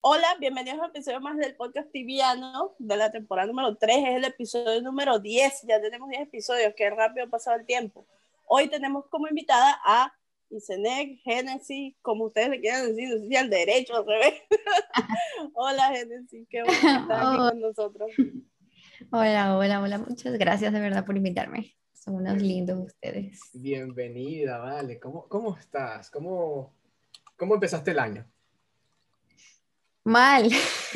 Hola, bienvenidos a un episodio más del podcast tibiano de la temporada número 3. Es el episodio número 10. Ya tenemos 10 episodios. Qué rápido ha pasado el tiempo. Hoy tenemos como invitada a Isenec, Genesis, como ustedes le quieran decir, no sé si al derecho, al revés. Hola, Genesis, qué bueno que estás aquí Oh, con nosotros. hola. Muchas gracias de verdad por invitarme. Son unos Bien- lindos ustedes. Bienvenida, vale. ¿Cómo estás? ¿Cómo empezaste el año? Mal,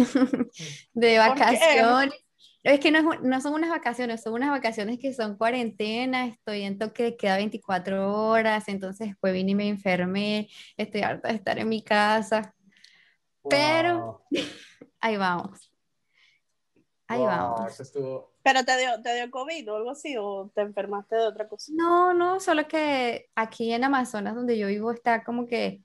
de ¿Por qué? vacaciones. Es que no son unas vacaciones, son unas vacaciones que son cuarentena. Estoy en toque de queda 24 horas, entonces después vine y me enfermé. Estoy harta de estar en mi casa, pero Wow, ahí vamos, ahí wow, vamos. eso estuvo. ¿Pero te dio COVID o algo así? ¿O te enfermaste de otra cosa? No, solo que aquí en Amazonas, donde yo vivo, está como que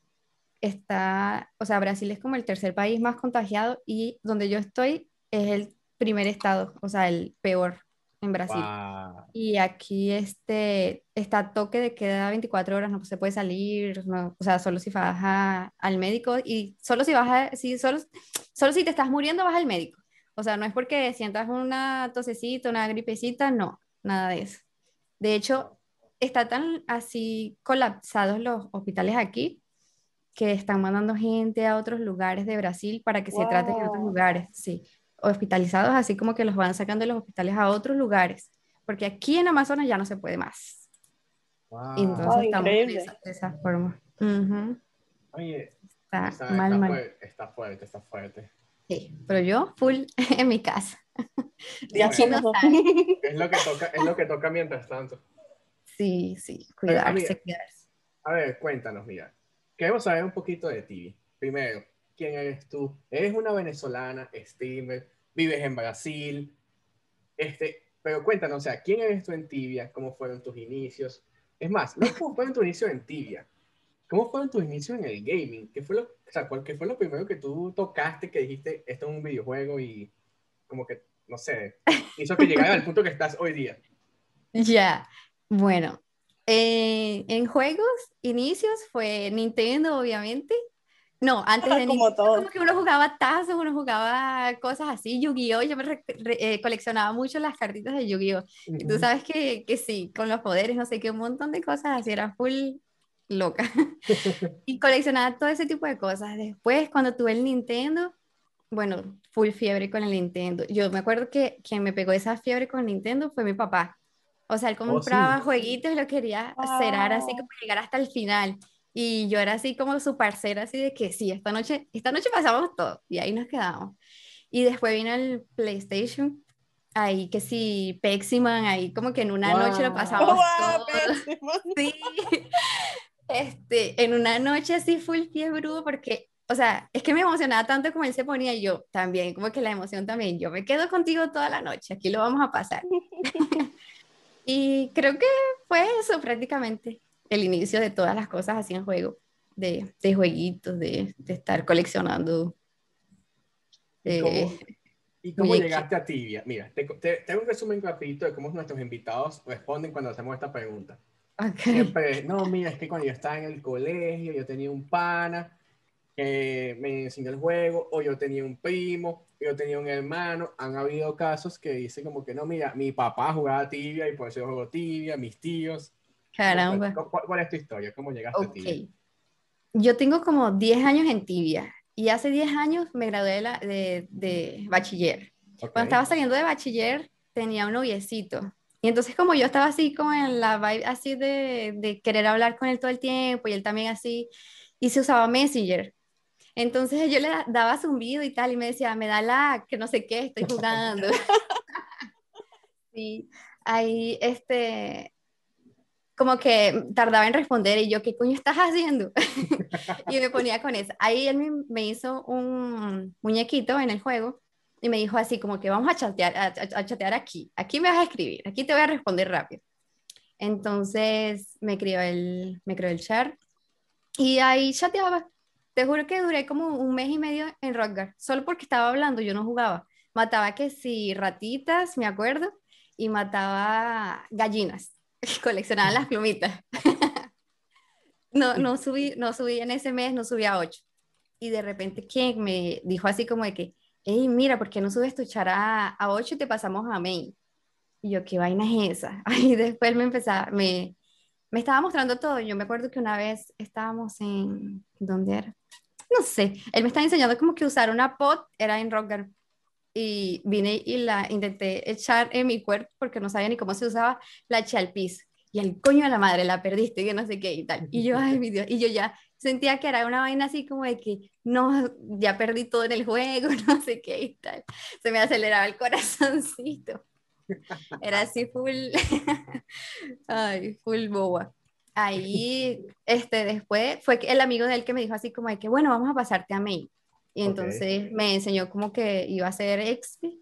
o sea, Brasil es como el tercer país más contagiado y donde yo estoy es el primer estado, o sea, el peor en Brasil. Wow. Y aquí está a toque de queda 24 horas, no se puede salir, no, o sea, solo si vas al médico y solo si solo si te estás muriendo vas al médico. O sea, no es porque sientas una tosecita, una gripecita, no, nada de eso. De hecho, está tan así colapsados los hospitales aquí que están mandando gente a otros lugares de Brasil para que se traten en otros Wow. lugares, sí, hospitalizados, así como que los van sacando de los hospitales a otros lugares, porque aquí en Amazonas ya no se puede más. Y Wow, entonces Wow. estamos increíble. de esa forma. Ujú. Oye, Está está, mal, está mal. fuerte, está fuerte, está fuerte. Sí, pero yo full en mi casa. De Ya aquí no Bueno, somos dos. salgo. es lo que toca mientras tanto. Sí, Pero, amiga, cuidarse. a ver, cuéntanos, mira. Queremos saber un poquito de ti. Primero, ¿quién eres tú? ¿Eres una venezolana, streamer? ¿Vives en Brasil? Pero cuéntanos, o sea, ¿quién eres tú en Tibia? ¿Cómo fueron tus inicios? Es más, no cómo fueron tus inicios en Tibia, ¿cómo fueron tus inicios en el gaming? ¿Qué fue lo primero que tú tocaste que dijiste, esto es un videojuego y como que, no sé, hizo que llegara al punto que estás hoy día? Ya, bueno, en juegos, inicios fue Nintendo, obviamente. No, antes de Como Nintendo, como todo. que uno jugaba tazos, uno jugaba cosas así, Yu-Gi-Oh! Yo coleccionaba mucho las cartitas de Yu-Gi-Oh! Y tú Ujú. sabes que sí, con los poderes, no sé qué, un montón de cosas así, era full loca. Y coleccionaba todo ese tipo de cosas. Después, cuando tuve el Nintendo, bueno, full fiebre con el Nintendo. Yo me acuerdo que quien me pegó esa fiebre con el Nintendo fue mi papá. O sea, él Oh, sí. compraba jueguitos y lo quería cerrar así como Wow. llegar hasta el final. Y yo era así como su parcera, así de que sí, esta noche pasamos todo. Y ahí nos quedamos. Y después vino el PlayStation. Ahí que sí, Peximan, ahí como que en una noche lo pasamos ¡Wow! Wow, todo. pésimo. Sí, en una noche así full fiebre porque, o sea, es que me emocionaba tanto como él se ponía y yo también, como que la emoción también, yo me quedo contigo toda la noche, aquí lo vamos a pasar. Y creo que fue eso prácticamente, el inicio de todas las cosas así en juego, de jueguitos, de estar coleccionando ¿Y eh, cómo, y cómo muñequitos. llegaste a Tibia? Mira, te hago un resumen rapidito de cómo nuestros invitados responden cuando hacemos esta pregunta. Ok. Siempre, no, mira, es que cuando yo estaba en el colegio, yo tenía un pana que me enseñó el juego, o yo tenía un primo, yo tenía un hermano. Han habido casos que dicen como que no, mira, mi papá jugaba tibia y por eso yo juego tibia, mis tíos. ¿Cómo fue? Caramba. ¿Cuál es tu historia? ¿Cómo llegaste a Ok. tibia? Yo tengo como 10 años en tibia y hace 10 años me gradué de bachiller. Ok. Cuando estaba saliendo de bachiller tenía un noviecito. Y entonces como yo estaba así como en la vibe así de querer hablar con él todo el tiempo y él también así, y se usaba Messenger. Entonces yo daba zumbido y tal y me decía, me da la que no sé qué, estoy jugando. Sí, ahí como que tardaba en responder y yo, ¿qué coño estás haciendo? Y me ponía con eso. Ahí él me hizo un muñequito en el juego y me dijo así como que vamos a chatear, a chatear aquí. Aquí me vas a escribir, aquí te voy a responder rápido. Entonces me creó el chat y ahí chateaba. Te juro que duré como un mes y medio en Rockgar, solo porque estaba hablando, yo no jugaba. Mataba que sí, ratitas, me acuerdo, y mataba gallinas. Coleccionaba las plumitas. Y, No subí en ese mes, no subí a 8. y de repente quien me dijo así como de que, hey, mira, ¿por qué no subes tu char a 8 y te pasamos a main? Y yo, ¿qué vaina es esa? Y después me estaba mostrando todo. Yo me acuerdo que una vez estábamos en, ¿dónde era? No sé, él me estaba enseñando como que usar una pot, era en Rock y vine y la intenté echar en mi cuerpo porque no sabía ni cómo se usaba, la eché al piso. Y el coño de la madre, la perdiste, que no sé qué y tal. Y yo, ay, mi Dios, y yo ya sentía que era una vaina así como de que, no, ya perdí todo en el juego, no sé qué y tal. Se me aceleraba el corazoncito. Era así full, ay, full boba. Ahí, después fue que el amigo de él que me dijo así como de que, bueno, vamos a pasarte a Maine. Y Ok. entonces me enseñó como que iba a hacer XP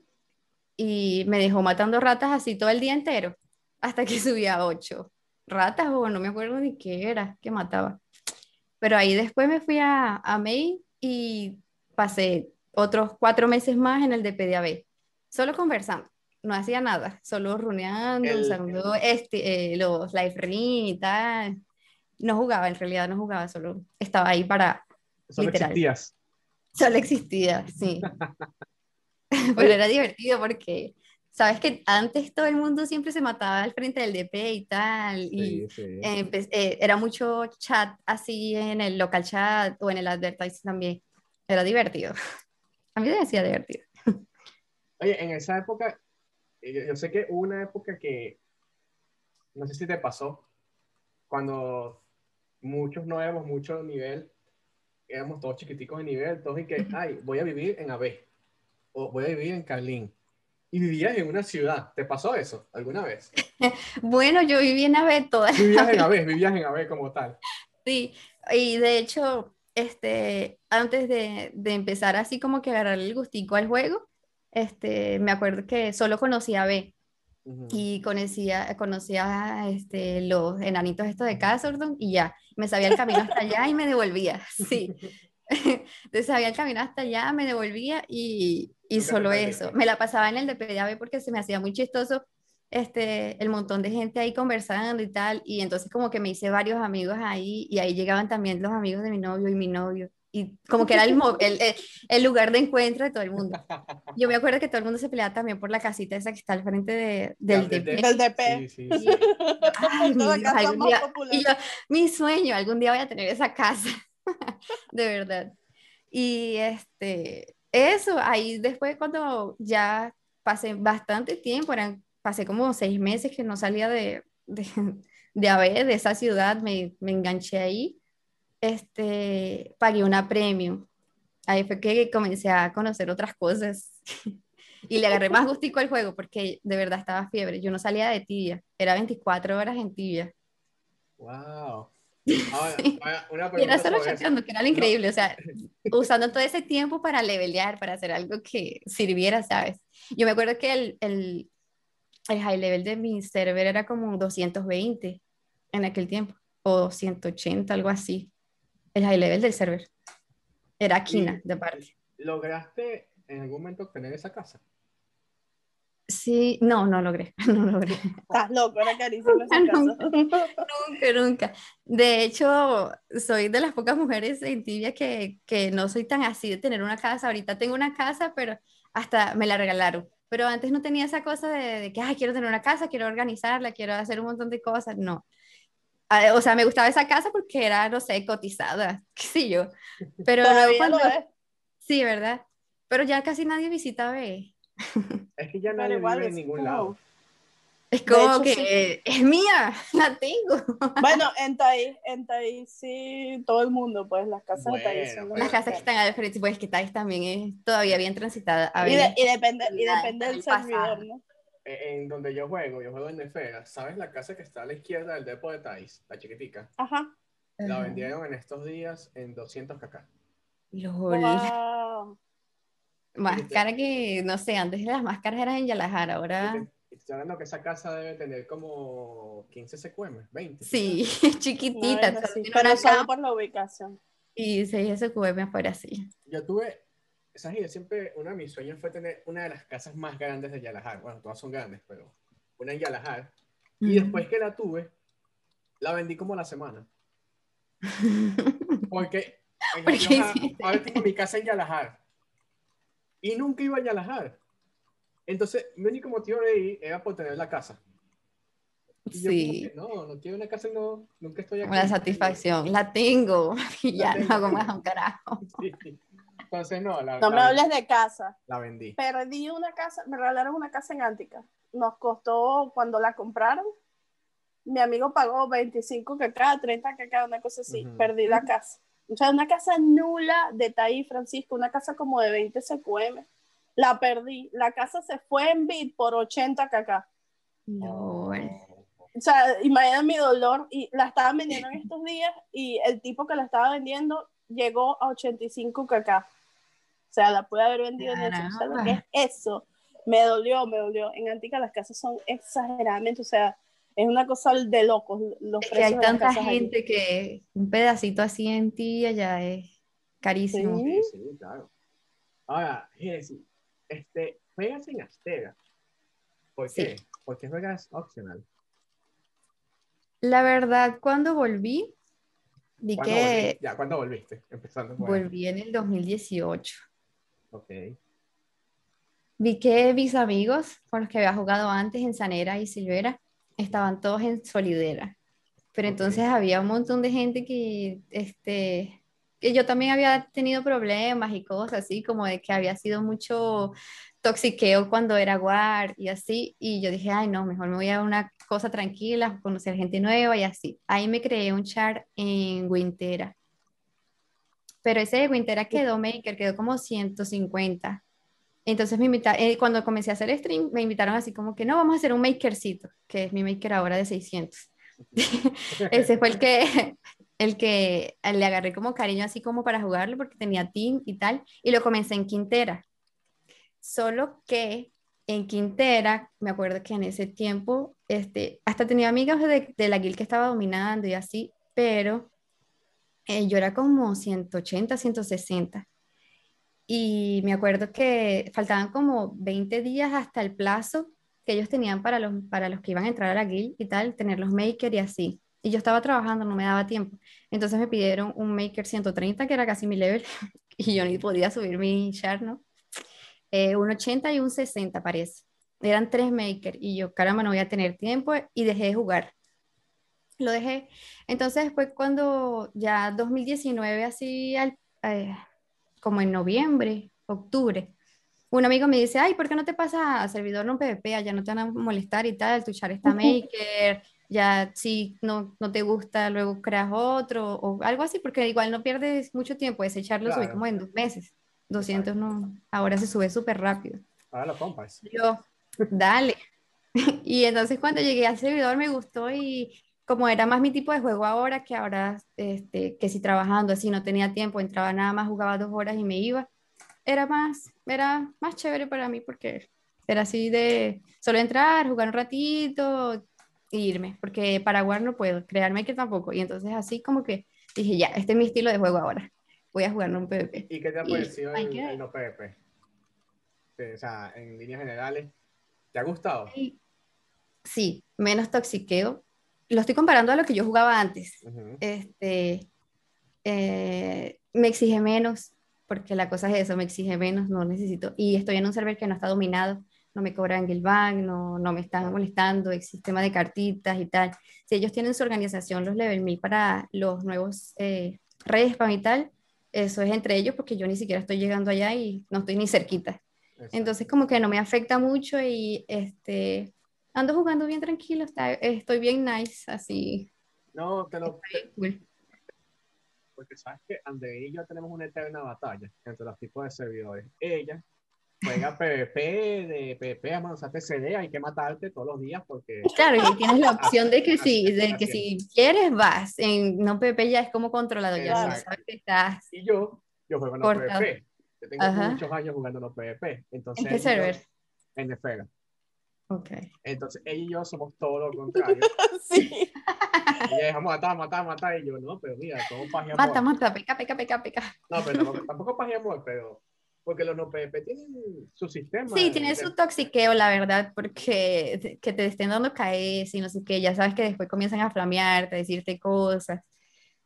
y me dejó matando ratas así todo el día entero, hasta que subía a 8 ratas o no me acuerdo ni qué era que mataba. Pero ahí después me fui a Maine y pasé otros 4 meses más en el de PDAB, solo conversando. No hacía nada, solo runeando, El, usando los live ring y tal. No jugaba, en realidad no jugaba, solo estaba ahí para, solo literal, existías. solo existía, sí. Pero Oye, era divertido porque, sabes que antes todo el mundo siempre se mataba al frente del DP y tal, y sí, sí. era mucho chat así en el local chat o en el advertising también. Era divertido. A mí me decía divertido. Oye, en esa época, yo sé que hubo una época que, no sé si te pasó, cuando muchos no éramos mucho nivel, éramos todos chiquiticos de nivel, todos y que, ay, voy a vivir en AB, o voy a vivir en Carlín, y vivías en una ciudad. ¿Te pasó eso alguna vez? Bueno, yo viví en AVE toda la vida. Vivías en AB como tal. Sí, y de hecho, antes de empezar así como que agarrar el gustico al juego, me acuerdo que solo conocía a B. Ujú. Y conocía los enanitos estos de Casordon y ya, me sabía el camino hasta allá y me devolvía, sí. Entonces sabía el camino hasta allá, me devolvía y Nunca te solo eso. perdiste. Me la pasaba en el de PDAB porque se me hacía muy chistoso el montón de gente ahí conversando y tal. Y entonces como que me hice varios amigos ahí y ahí llegaban también los amigos de mi novio y mi novio. Y como que era el lugar de encuentro de todo el mundo. Yo me acuerdo que todo el mundo se peleaba también por la casita esa que está al frente del DP. Del DP. Sí, sí, Y sí. yo, ay, De mi la Dios, casa algún más día. Y popular. yo, mi sueño, algún día voy a tener esa casa. De verdad. Y eso, ahí después cuando ya pasé bastante tiempo, pasé como 6 meses que no salía de haber, de esa ciudad, me enganché ahí, pagué una premium. Ahí fue que comencé a conocer otras cosas y le agarré más gustico al juego porque de verdad estaba fiebre. Yo no salía de tibia, era 24 horas en tibia. Wow. Ahora, Sí. una Y era pregunta solo sobre eso. chateando, que era lo No, increíble, o sea, usando todo ese tiempo para levelear, para hacer algo que sirviera, ¿sabes? Yo me acuerdo que el high level de mi server era como 220 en aquel tiempo, o 180 algo así. El high level del server. Era ¿y quina, de parte. lograste en algún momento obtener esa casa? Sí, no, no logré, no logré. Estás loco, era carísima esa casa. Nunca, nunca, nunca. De hecho, soy de las pocas mujeres en Tibia que no soy tan así de tener una casa. Ahorita tengo una casa, pero hasta me la regalaron. Pero antes no tenía esa cosa de que, ay, quiero tener una casa, quiero organizarla, quiero hacer un montón de cosas. No. O sea, me gustaba esa casa porque era, no sé, cotizada, qué sé yo. Pero luego Todavía cuando, lo es, sí, ¿verdad? Pero ya casi nadie visita B. Es que ya pero nadie igual vive en es ningún lado. como... Es De como hecho, sí. que es mía, la tengo. Bueno, en Taís sí, todo el mundo, pues las casas de Taís Bueno, son las Las más pero casas que caras. están al frente, pues que Thais también es todavía eh, bien transitada. A Y, ver, y nada, depende está en del el servidor, pasado. ¿no? en donde yo juego en Nefera, ¿sabes la casa que está a la izquierda del depo de Thais? La chiquitica. Ajá. La Ajá. vendieron en estos días en 200 kk. LOL. Wow. Más cara que, no sé, antes las más caras eran en Yalajara, ahora Y te estoy hablando que esa casa debe tener como 15 CQM, 20 quizás. sí, es Una chiquitita, vaina solo así, tiene pero una solo cama por la ubicación. y 6 SQM afuera así. Yo tuve, ¿sabes? Yo siempre, uno de mis sueños fue tener una de las casas más grandes de Yalajar. Bueno, todas son grandes, pero una en Yalajar. Y después Mm. que la tuve, la vendí como a la semana. Porque ¿Por qué Ajá, hiciste? ahora tengo mi casa en Yalajar. Y nunca iba a Yalajar. Entonces, mi único motivo de ir era por tener la casa. Y yo como que Sí, no quiero una casa, no, nunca estoy una aquí. satisfacción. La tengo y La ya no tengo. hago más un carajo. Sí. Entonces, no, No me hables de casa. la vendí. Perdí una casa, me regalaron una casa en Antica. Nos costó, cuando la compraron, mi amigo pagó 25 kk, 30 kk, una cosa así. Perdí la casa. O sea, una casa nula de Taí, Francisco, una casa como de 20 CQM. La perdí. La casa se fue en bid por 80 kk. Lol. O sea, imagina mi dolor. Y la estaban vendiendo en estos días y el tipo que la estaba vendiendo llegó a 85 kk. O sea, la pude haber vendido en eso. O sea, lo que es Caramba. eso, me dolió. En Antica las casas son exageradamente, o sea, es una cosa de locos los Es que hay precios de las tanta casas allí. gente que un pedacito así en ti allá es carísimo. Sí, Sí. sí, claro. Ahora, Génesis, juegas en Astera. ¿Por Sí. qué? Porque juegas optional. La verdad, cuando volví, vi ¿Cuándo volviste? que Ya, ¿cuándo volviste? Empezando a jugar. volví en el 2018. Ok. Vi que mis amigos con los que había jugado antes en Sanera y Silvera estaban todos en Solidera. Pero Ok. entonces había un montón de gente que yo también había tenido problemas y cosas así, como de que había sido mucho toxiqueo cuando era guard y así. Y yo dije, ay, no, mejor me voy a una cosa tranquila, conocer gente nueva y así. Ahí me creé un char en Wintera. Pero ese de Wintera quedó maker, quedó como 150. Entonces cuando comencé a hacer stream, me invitaron así como que no, vamos a hacer un makercito, que es mi maker ahora de 600. Ese fue el que le agarré como cariño así como para jugarlo porque tenía team y tal, y lo comencé en Quintera. Solo que en Quintera, me acuerdo que en ese tiempo, hasta tenía amigas de la guild que estaba dominando y así, pero yo era como 180, 160. Y me acuerdo que faltaban como 20 días hasta el plazo que ellos tenían para los que iban a entrar a la guild y tal, tener los makers y así. Y yo estaba trabajando, no me daba tiempo. Entonces me pidieron un maker 130, que era casi mi level, y yo ni podía subir mi char, ¿no? Un 80 y un 60 parece. Eran tres makers y yo, caramba, no voy a tener tiempo y dejé de jugar. Lo dejé. Entonces después cuando ya 2019, así eh, como en noviembre, octubre, un amigo me dice, ay, ¿por qué no te pasas a servidor no PvP? Allá no te van a molestar y tal, tu char está maker, ya si no te gusta, luego creas otro o algo así, porque igual no pierdes mucho tiempo, ese char lo subí Claro, como en 2 meses, 200 exacto. no, ahora se sube súper rápido. Ahora lo compras. Yo, dale. Y entonces cuando llegué al servidor me gustó y como era más mi tipo de juego ahora, que ahora, que si trabajando así no tenía tiempo, entraba nada más, jugaba 2 horas y me iba, era más chévere para mí porque era así de solo entrar, jugar un ratito e irme, porque para jugar no puedo, crearme que tampoco. Y entonces así como que dije, ya, este es mi estilo de juego ahora, voy a jugar un PvP. ¿Y qué te ha Y parecido ahí el quedé. no PvP? O sea, en líneas generales, ¿te ha gustado? Y sí, menos toxiqueo. Lo estoy comparando a lo que yo jugaba antes. Ujú. Me exige menos, porque la cosa es eso, me exige menos, no necesito. Y estoy en un server que no está dominado, no me cobran el ban, no me están molestando, el sistema de cartitas y tal. Si ellos tienen su organización, los level 1000 para los nuevos respawn y tal, eso es entre ellos, porque yo ni siquiera estoy llegando allá y no estoy ni cerquita. Entonces, Exacto. como que no me afecta mucho y ando jugando bien tranquilo, estoy bien nice, así, No, estoy cool. porque sabes que André y yo tenemos una eterna batalla entre los tipos de servidores. Ella juega PvP, de PvP, vamos a usar TCD, hay que matarte todos los días porque Claro, y ahí tienes la así, opción de que así, si, de que así es. si quieres vas. En no PP ya es como controlado, ya no Claro. sabes Exacto. que estás Y yo juego no cortado. PvP. Yo tengo muchos Ajá. años jugando no PvP. ¿En Entonces qué ella y yo, server? en Esfera. Ok. Entonces ella y yo somos todo lo contrario. Sí. Ella es matar, matar, matar. Y yo, no, pero mira, todo paz y Mata, amor. mata, pica, pica, pica, pica. No, pero tampoco paz y amor, pero porque los no PvP tienen su sistema Sí, tiene su toxiqueo, la verdad, porque que te estén dando KS y no sé qué, ya sabes que después comienzan a flamearte, a decirte cosas.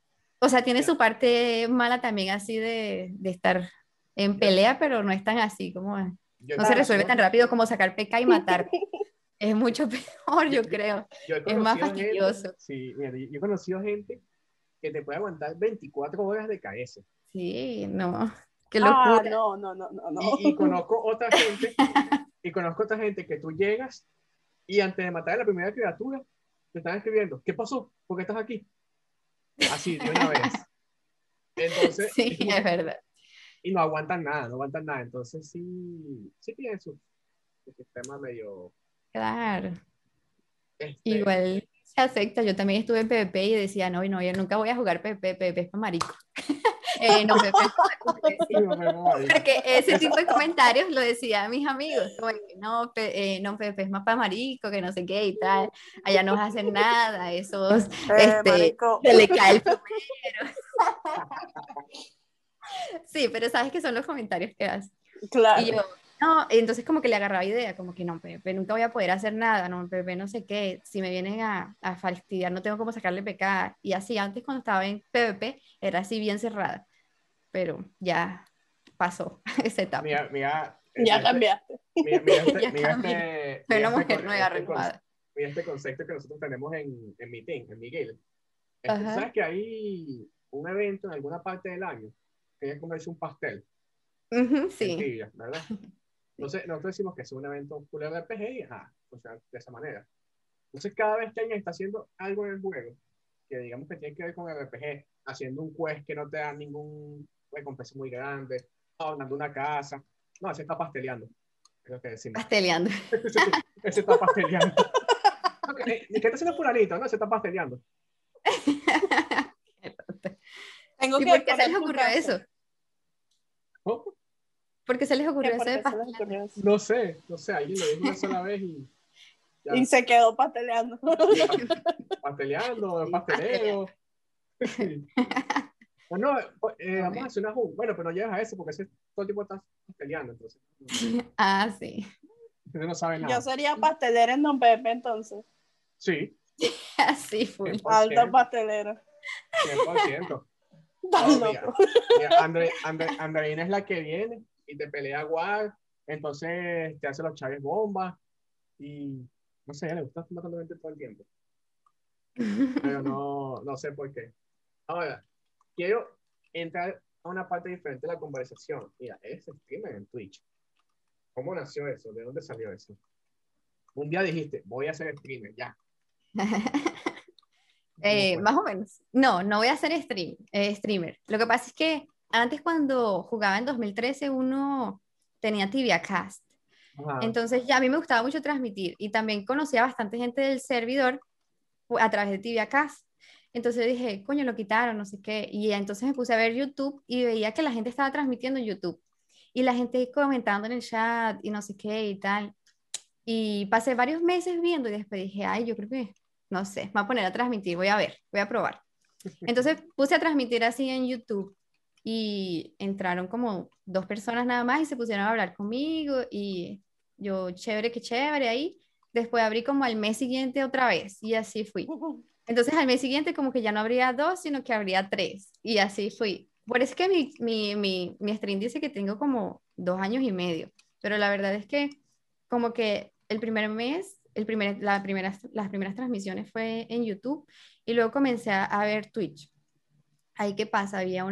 O sea, tiene Ya. su parte mala también así de estar en Yo, pelea, pero no es tan así como yo he no se Claro. resuelve conocido tan gente, rápido como sacar peca y matar. Es mucho peor, yo, yo yo- creo. yo he Es más conocido gente, fastidioso. sí, mira, yo he conocido gente que te puede aguantar 24 horas de cabeza. Sí, no, qué Ah, locura. no, no, no, no, no. Y conozco otra gente que tú llegas y antes de matar a la primera criatura, te están escribiendo, ¿qué pasó? ¿Por qué estás aquí? Así, de una vez. Entonces, es Sí, como es que, verdad. y no aguantan nada, no aguantan nada. Entonces, sí tiene su sistema medio, Claro. este, Igual se acepta. Yo también estuve en PvP y decía, no, no, yo nunca voy a jugar PvP, PvP es para marico. No, PvP es para marico, decía. no, pero, marico, Porque ese esa, tipo de comentarios lo decía a mis amigos, como que no, no, PvP es más para marico, que no sé qué y tal. Allá no hacen nada, esos, Marico, se le cae el plumero. Sí, pero sabes que son los comentarios que hacen. Y claro. yo, no, entonces como que le agarraba idea, como que no, Pepe, nunca voy a poder hacer nada, no, Pepe, no sé qué, si me vienen a fastidiar, no tengo cómo sacarle pecada. Y así, antes cuando estaba en PvP, era así bien cerrada, pero ya pasó esa etapa. mira, mira, Ya cambiaste. Ya cambié, soy una mujer nueva, renovada. mira este concepto que nosotros tenemos en mi team, en Miguel. Tú Ajá. sabes que hay un evento en alguna parte del año que es comerse un pastel Ujú, en sí. tibia, ¿verdad? Entonces, nosotros decimos que es un evento full RPG y ajá, o sea, de esa manera. Entonces, cada vez que alguien está haciendo algo en el juego, que digamos que tiene que ver con RPG, haciendo un quest que no te da ningún recompensa muy grande, adornando una casa, no, ese está pasteleando, es lo que decimos. Pasteleando. Ese está pasteleando. Okay, ¿qué está haciendo fulanito? No, ese está pasteleando. Tengo ¿Y que por qué se decorar les tu ocurrió casa. eso? ¿No? ¿Por qué se les ¿Qué? ocurrió eso ¿Por de qué se les pastelear? ocurrió eso? No sé, alguien lo dijo una sola vez y Y ya, se quedó pasteleando. sí, pasteleando, Sí, pasteleando. pastelero. O no, vamos a Hombre. hacer una bueno, pero no llegas a eso porque ese todo el tiempo estás pasteleando, entonces Ah, sí. no sabe Yo nada. sería pastelera en Don Pepe entonces. Sí, Así full. 'Alta 100%, pastelera. 100%. Estás No, mira, loco. Andreina es la que viene y te pelea guard, entonces te hace los chaves bombas y no sé, le gusta estar matando gente todo el tiempo, pero no sé por qué. Ahora, quiero entrar a una parte diferente de la conversación. Mira, eres streamer en Twitch. ¿Cómo nació eso? ¿De dónde salió eso? Un día dijiste, voy a ser streamer, ya. ¿Cómo fue? Más o menos. No, no voy a ser streamer. Lo que pasa es que antes cuando jugaba en 2013 uno tenía Tibia Cast. Ajá. Entonces ya a mí me gustaba mucho transmitir y también conocía bastante gente del servidor a través de Tibia Cast. Entonces dije, coño, lo quitaron, no sé qué. Y entonces me puse a ver YouTube y veía que la gente estaba transmitiendo en YouTube. Y la gente comentando en el chat y no sé qué y tal. Y pasé varios meses viendo y después dije, ay, yo creo que, no sé, me voy a poner a transmitir, voy a ver, voy a probar. Entonces puse a transmitir así en YouTube y entraron como dos personas nada más y se pusieron a hablar conmigo y yo, chévere, qué chévere ahí. Después abrí como al mes siguiente otra vez y así fui. Entonces al mes siguiente como que ya no habría dos, sino que habría tres y así fui. Por eso es que mi stream dice que tengo como 2 años y medio, pero la verdad es que como que el primer mes, las primeras transmisiones fue en YouTube y luego comencé a ver Twitch. Ahí qué pasa, había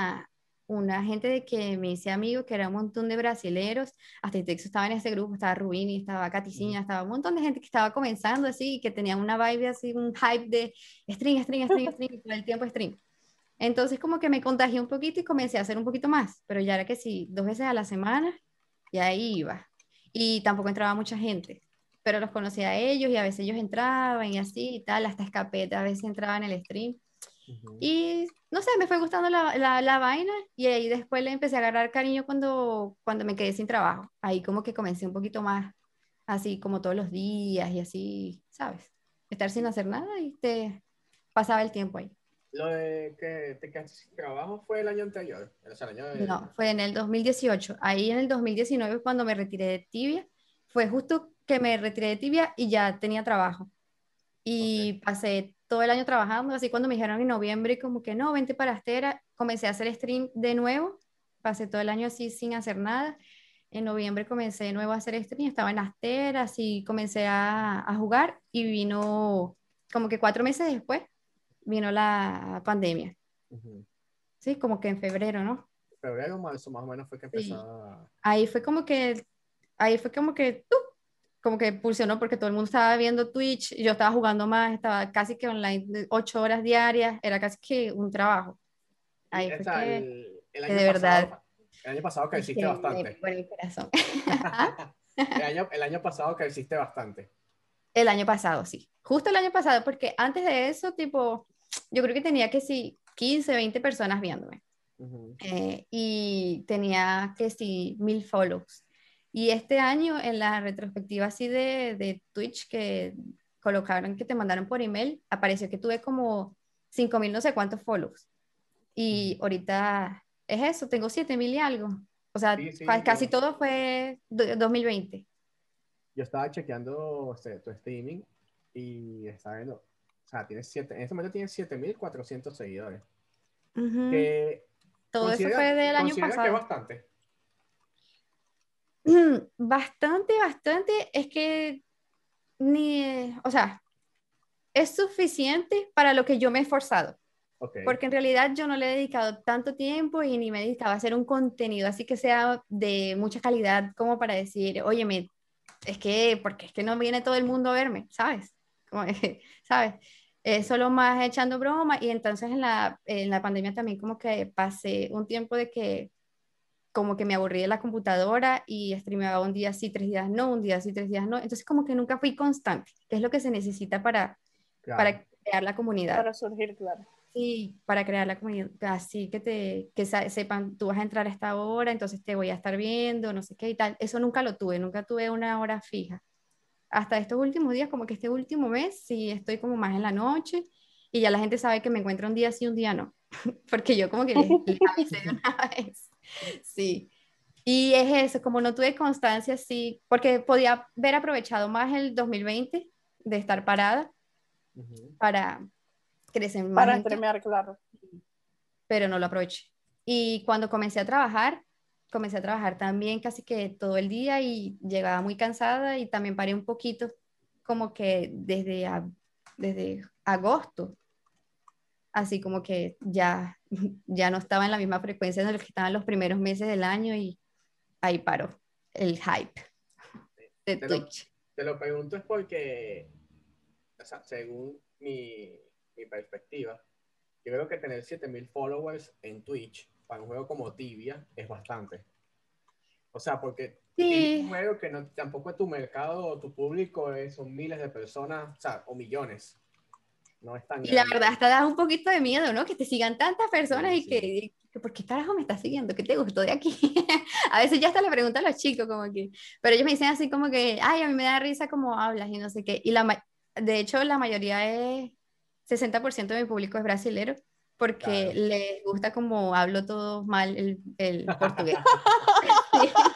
una gente de que me hice amigo, que era un montón de brasileros, hasta el texto estaba en ese grupo, estaba Rubini, estaba Caticiña, estaba un montón de gente que estaba comenzando así, que tenía una vibe así, un hype de stream, stream, stream, stream, y todo el tiempo stream. Entonces como que me contagié un poquito y comencé a hacer un poquito más, pero ya era que sí, 2 veces a la semana, y ahí iba. Y tampoco entraba mucha gente, pero los conocía a ellos y a veces ellos entraban y así y tal, hasta escapete, a veces entraba en el stream. Ujú. Y no sé, me fue gustando la vaina y ahí después le empecé a agarrar cariño cuando me quedé sin trabajo. Ahí como que comencé un poquito más, así como todos los días y así, ¿sabes? Estar sin hacer nada y te pasaba el tiempo ahí. Lo de que te quedaste sin trabajo fue el año anterior, o sea, el año del... No, fue en el 2018. Ahí en el 2019 cuando me retiré de Tibia. Fue justo que me retiré de Tibia y ya tenía trabajo. Ok. Y pasé todo el año trabajando, así cuando me dijeron en noviembre como que no, vente para Astera, comencé a hacer stream de nuevo, pasé todo el año así sin hacer nada. En noviembre comencé de nuevo a hacer stream, estaba en Astera, así comencé a jugar y vino como que 4 meses después, vino la pandemia, Ujú. sí, como que en febrero, ¿no? Febrero, marzo, más o menos fue que empezó Sí. a... Ahí fue como que, ahí fue ¡tup! Como que pulsionó porque todo el mundo estaba viendo Twitch, yo estaba jugando más, estaba casi que online 8 horas diarias, era casi que un trabajo. Y Ahí fue el que año de verdad, pasado, el año pasado es creciste que me bastante. pegó en el corazón. ¿Ah? El año pasado creciste bastante. El año pasado, sí. Justo el año pasado, porque antes de eso, tipo, yo creo que tenía que sí, 15, 20 personas viéndome. Ujú. Y tenía que sí, 1000 follows. Y este año, en la retrospectiva así de Twitch que colocaron, que te mandaron por email, apareció que tuve como 5000 no sé cuántos follows. Y Ujú. ahorita es eso, tengo 7000 y algo. O sea, Sí, sí, casi todo fue 2020. yo estaba chequeando tu streaming y estaba viendo, o sea, en este momento tienes 7400 seguidores. Ujú. Que Todo eso fue del año considera que es pasado. bastante. Bastante, bastante. Es que ni, o sea, es suficiente para lo que yo me he esforzado. Ok. Porque en realidad yo no le he dedicado tanto tiempo y ni me he dedicado a hacer un contenido así que sea de mucha calidad como para decir, óyeme, es que, porque es que no viene todo el mundo a verme, ¿sabes? Como, ¿sabes? Solo más echando broma y entonces en la pandemia también como que pasé un tiempo de que como que me aburrí de la computadora y streameaba un día sí, 3 días no, un día sí, 3 días no. Entonces como que nunca fui constante, que es lo que se necesita Claro. para crear la comunidad. Para surgir, claro. Sí, para crear la comunidad, así que sepan, tú vas a entrar a esta hora, entonces te voy a estar viendo, no sé qué y tal. Eso nunca lo tuve, nunca tuve una hora fija. Hasta estos últimos días, como que este último mes, sí estoy como más en la noche y ya la gente sabe que me encuentro un día sí, un día no, porque yo como que les avisé de una vez. Sí. Y es eso, como no tuve constancia, sí, porque podía haber aprovechado más el 2020 de estar parada Ujú. para crecer más Para en tiempo, streamear, claro. pero no lo aproveché. Y cuando comencé a trabajar también casi que todo el día y llegaba muy cansada y también paré un poquito, como que desde agosto, así como que ya, ya no estaba en la misma frecuencia en la que estaban los primeros meses del año y ahí paró el hype de Te lo, Twitch. te lo pregunto es porque, o sea, según mi perspectiva, yo creo que tener 7000 followers en Twitch para un juego como Tibia es bastante. O sea, porque Tibia es un Sí, juego que no, tampoco es tu mercado o tu público, son miles de personas, o sea, o millones. No es tan y la verdad, grande. hasta da un poquito de miedo, ¿no? Que te sigan tantas personas Sí, y sí. ¿por qué carajo me estás siguiendo? ¿Qué te gustó de aquí? A veces ya hasta le pregunto a los chicos como que, pero ellos me dicen así como que, ay, a mí me da risa cómo hablas y no sé qué. De hecho, la mayoría 60% de mi público es brasilero porque Claro. les gusta como hablo todo mal el portugués. Sí.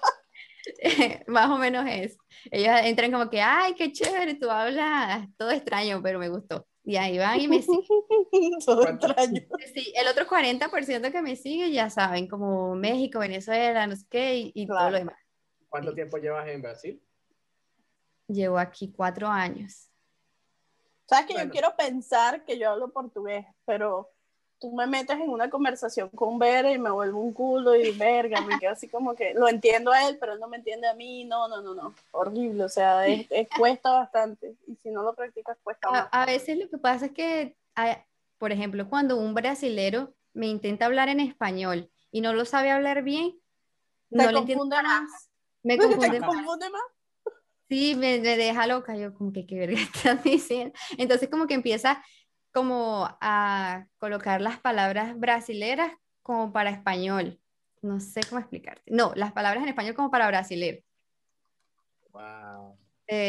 Más o menos es. Ellos entran como que, ay, qué chévere, tú hablas todo extraño, pero me gustó. Y ahí van y me siguen. Todo ¿Cuánto, extraño. Sí, el otro 40% que me sigue ya saben, como México, Venezuela, no sé qué, y todo lo Claro. demás. cuánto Sí. tiempo llevas en Brasil? Llevo aquí 4 años. Sabes que yo Bueno, quiero pensar que yo hablo portugués, pero tú me metes en una conversación con Vera y me vuelvo un culo y verga, me quedo así como que lo entiendo a él, pero él no me entiende a mí. No, no, no, no. Horrible, o sea, cuesta bastante. Y si no lo practicas, cuesta más. A veces lo que pasa es que, por ejemplo, cuando un brasilero me intenta hablar en español y no lo sabe hablar bien, Te no le entiendo confunde para, más. me Te confunde. confunde más. Sí, me deja loca, yo como que qué verga estás diciendo. Entonces como que empieza como a colocar las palabras brasileras como para español. No sé cómo explicarte. No, las palabras en español como para brasilero. wow.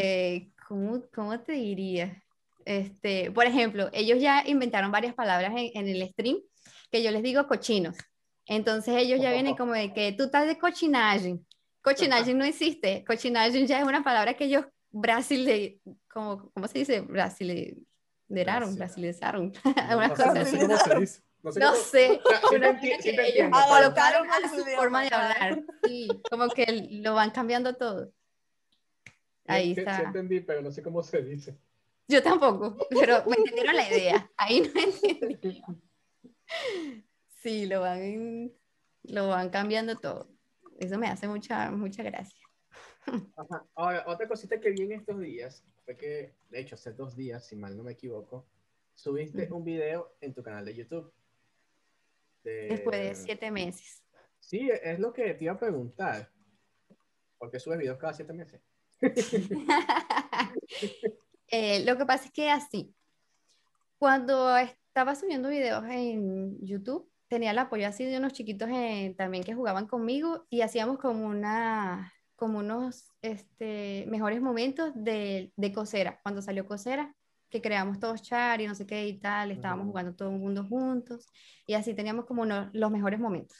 ¿Cómo te diría? Por ejemplo, ellos ya inventaron varias palabras en el stream que yo les digo cochinos. Entonces ellos ya vienen como de que tú estás de cochinaje. Cochinaje no existe. Cochinaje ya es una palabra que ellos, Brasile, ¿cómo se dice? Brasile. brasilizaron, No, unas no cosas sé así. cómo se dice. No sé No cómo. sé, O sea, sí te una enti- vaina sí que te ellos entiendo, pero. colocaron Adoptaron a su su forma de idioma, claro. hablar, sí, como que lo van cambiando todo. Ahí Sí está. entendí, pero no sé cómo se dice. Yo tampoco, pero me entendieron la idea. Ahí no entendí. Sí, lo van cambiando todo. Eso me hace mucha gracia. Ajá. Ahora, otra cosita que vi en estos días fue que, de hecho, hace 2 días, si mal no me equivoco, subiste un video en tu canal de YouTube. Después de De... 7 meses. Sí, es lo que te iba a preguntar. ¿Por qué subes videos cada 7 meses? Lo que pasa es que así, cuando estaba subiendo videos en YouTube, tenía el apoyo así de unos chiquitos también que jugaban conmigo y hacíamos como unos mejores momentos de Cosera, cuando salió Cosera, que creamos todos char y no sé qué y tal, estábamos Ujú. jugando todo el mundo juntos y así teníamos como los mejores momentos.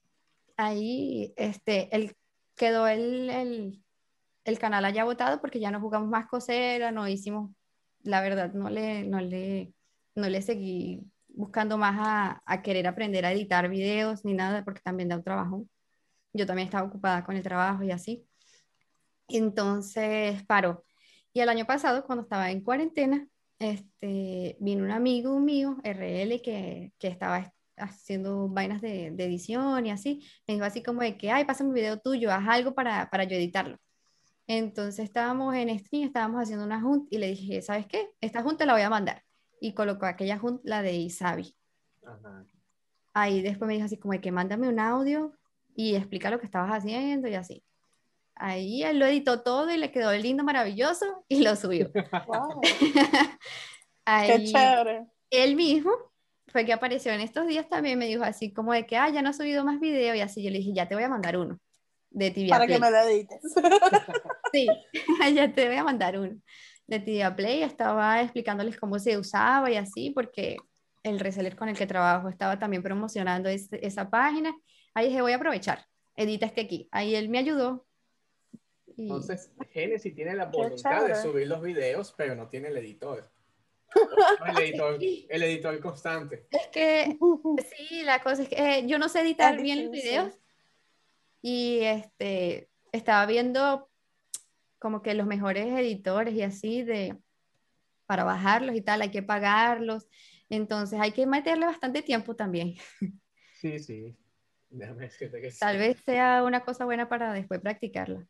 Ahí quedó el canal allá botado porque ya no jugamos más Cosera, no hicimos, la verdad, no le seguí buscando más a querer aprender a editar videos ni nada, porque también da un trabajo. Yo también estaba ocupada con el trabajo y así. Entonces paró. Y el año pasado, cuando estaba en cuarentena, vino un amigo mío, RL, que estaba haciendo vainas de edición y así. Me dijo así como de que, ay, pásame un video tuyo, haz algo para yo editarlo. Entonces estábamos en stream, estábamos haciendo una junta y le dije, ¿sabes qué? Esta junta la voy a mandar. Y colocó aquella junta, la de Isabi. Ajá. Ahí después me dijo así como de que mándame un audio y explica lo que estabas haciendo y así. Ahí él lo editó todo y le quedó lindo, maravilloso y lo subió. Wow, qué Ahí chévere. él mismo fue que apareció en estos días también, me dijo así como de que, ah, ya no he subido más video y así. Yo le dije, ya te voy a mandar uno de Tibia Para que me Play. lo edites. Sí, ya te voy a mandar uno de Tibia Play. Estaba explicándoles cómo se usaba y así, porque el reseller con el que trabajo estaba también promocionando esa página. Ahí dije, voy a aprovechar, edita este aquí. Ahí él me ayudó y Entonces, Genesis tiene la Qué voluntad de chévere. subir los videos, pero no tiene el editor. No, el editor constante. es que, sí, la cosa es que yo no sé Es editar bien los difícil. videos y estaba viendo como que los mejores editores y así para bajarlos y tal, hay que pagarlos. Entonces hay que meterle bastante tiempo también. Sí, sí. Déjame decirte que Tal sí. vez sea una cosa buena para después practicarla.